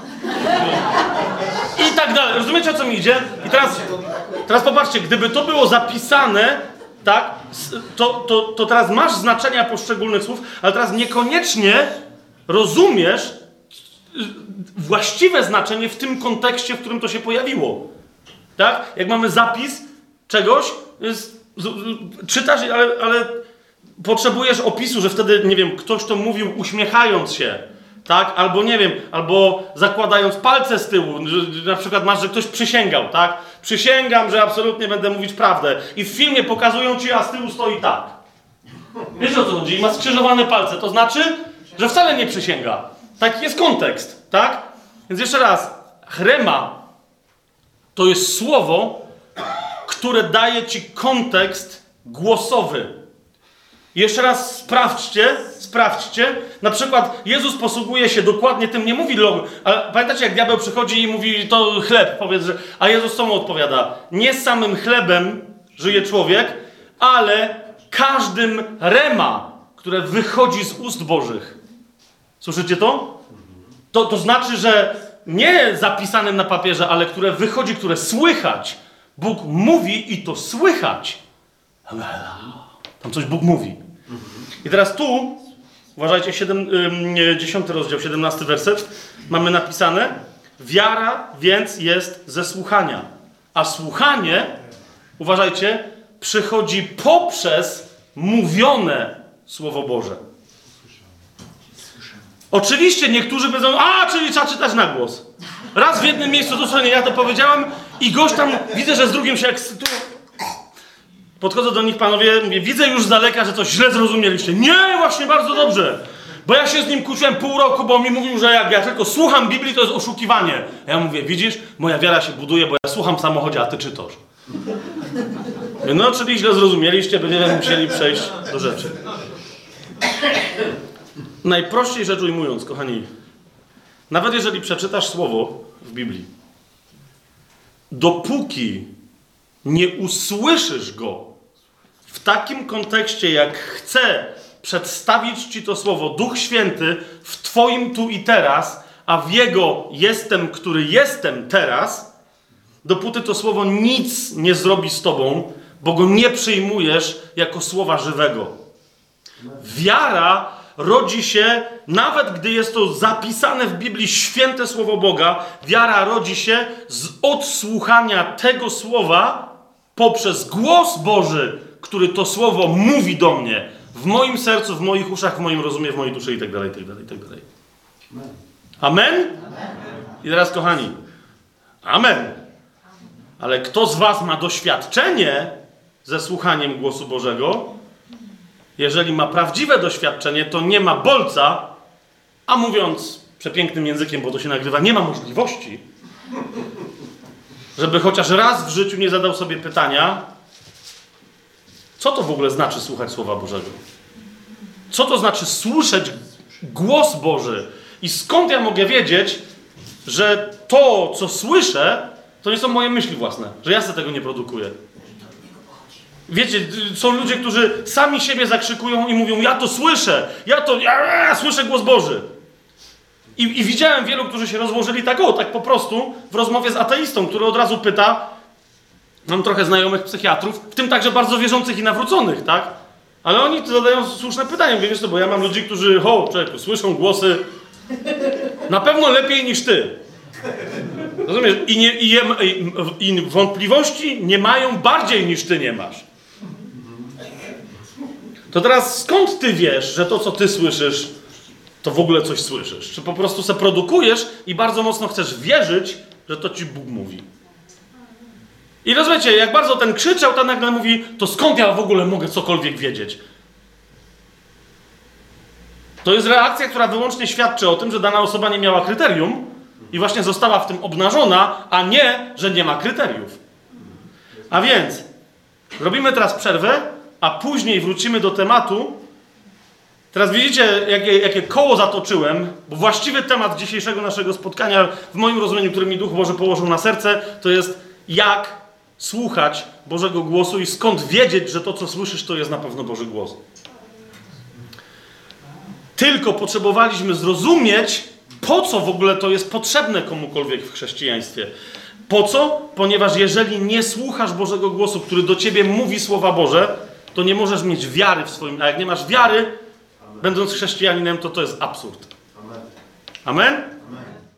I tak dalej. Rozumiecie, o co mi idzie? I teraz popatrzcie, gdyby to było zapisane, tak, to teraz masz znaczenia poszczególnych słów, ale teraz niekoniecznie rozumiesz właściwe znaczenie w tym kontekście, w którym to się pojawiło. Tak? Jak mamy zapis czegoś, czytasz, ale potrzebujesz opisu, że wtedy, nie wiem, ktoś to mówił uśmiechając się, tak? Albo, nie wiem, albo zakładając palce z tyłu, że na przykład masz, że ktoś przysięgał, tak? Przysięgam, że absolutnie będę mówić prawdę. I w filmie pokazują ci, a z tyłu stoi tak. Wiesz, o co chodzi? I ma skrzyżowane palce. To znaczy, że wcale nie przysięga. Taki jest kontekst, tak? Więc jeszcze raz, chrema to jest słowo, które daje ci kontekst głosowy. Jeszcze raz sprawdźcie. Na przykład Jezus posługuje się dokładnie tym, nie mówi logo, ale pamiętacie, jak diabeł przychodzi i mówi, to chleb, powiedz, że... A Jezus co mu odpowiada? Nie samym chlebem żyje człowiek, ale każdym rema, które wychodzi z ust Bożych. Słyszycie to? To znaczy, że nie zapisanym na papierze, ale które wychodzi, które słychać. Bóg mówi i to słychać. Tam coś Bóg mówi. I teraz tu, uważajcie, 10 rozdział, 17 werset, mamy napisane: wiara więc jest ze słuchania, a słuchanie, uważajcie, przychodzi poprzez mówione Słowo Boże. Oczywiście niektórzy będą, czyli trzeba czytać na głos. Raz w jednym miejscu, dosłownie ja to powiedziałem i gość tam, widzę, że z drugim się ekscytuje. Podchodzę do nich, panowie, mówię, widzę już z daleka, że coś źle zrozumieliście. Nie, właśnie bardzo dobrze. Bo ja się z nim kłóciłem pół roku, bo on mi mówił, że jak ja tylko słucham Biblii, to jest oszukiwanie. A ja mówię, widzisz, moja wiara się buduje, bo ja słucham w samochodzie, a ty czytasz. No, czyli źle zrozumieliście, będziemy musieli przejść do rzeczy. Najprościej rzecz ujmując, kochani, nawet jeżeli przeczytasz słowo w Biblii, dopóki nie usłyszysz go w takim kontekście, jak chce przedstawić ci to słowo Duch Święty w twoim tu i teraz, a w jego jestem, który jestem teraz, dopóty to słowo nic nie zrobi z tobą, bo go nie przyjmujesz jako słowa żywego. Wiara rodzi się, nawet gdy jest to zapisane w Biblii święte słowo Boga, wiara rodzi się z odsłuchania tego słowa poprzez głos Boży, który to słowo mówi do mnie, w moim sercu, w moich uszach, w moim rozumie, w mojej duszy i tak dalej, tak dalej, tak dalej. Amen? I teraz, kochani, amen. Ale kto z was ma doświadczenie ze słuchaniem głosu Bożego? Jeżeli ma prawdziwe doświadczenie, to nie ma bolca, a mówiąc przepięknym językiem, bo to się nagrywa, nie ma możliwości, żeby chociaż raz w życiu nie zadał sobie pytania, co to w ogóle znaczy słuchać Słowa Bożego? Co to znaczy słyszeć głos Boży? I skąd ja mogę wiedzieć, że to, co słyszę, to nie są moje myśli własne, że ja sobie tego nie produkuję. Wiecie, są ludzie, którzy sami siebie zakrzykują i mówią, ja to słyszę, ja słyszę głos Boży. I widziałem wielu, którzy się rozłożyli tak po prostu w rozmowie z ateistą, który od razu pyta, mam trochę znajomych psychiatrów, w tym także bardzo wierzących i nawróconych, tak? Ale oni zadają słuszne pytania, wiesz co, bo ja mam ludzi, którzy, człowieku, słyszą głosy na pewno lepiej niż ty. Rozumiesz? I wątpliwości nie mają bardziej niż ty nie masz. To teraz skąd ty wiesz, że to, co ty słyszysz, to w ogóle coś słyszysz? Czy po prostu se produkujesz i bardzo mocno chcesz wierzyć, że to ci Bóg mówi? I rozumiecie, jak bardzo ten krzyczał, ten nagle mówi, to skąd ja w ogóle mogę cokolwiek wiedzieć? To jest reakcja, która wyłącznie świadczy o tym, że dana osoba nie miała kryterium i właśnie została w tym obnażona, a nie, że nie ma kryteriów. A więc robimy teraz przerwę, a później wrócimy do tematu. Teraz widzicie, jakie koło zatoczyłem, bo właściwy temat dzisiejszego naszego spotkania, w moim rozumieniu, który mi Duch Boży położył na serce, to jest jak słuchać Bożego głosu i skąd wiedzieć, że to, co słyszysz, to jest na pewno Boży głos. Tylko potrzebowaliśmy zrozumieć, po co w ogóle to jest potrzebne komukolwiek w chrześcijaństwie. Po co? Ponieważ jeżeli nie słuchasz Bożego głosu, który do ciebie mówi słowa Boże, to nie możesz mieć wiary w swoim... A jak nie masz wiary, będąc chrześcijaninem, to jest absurd. Amen? Amen?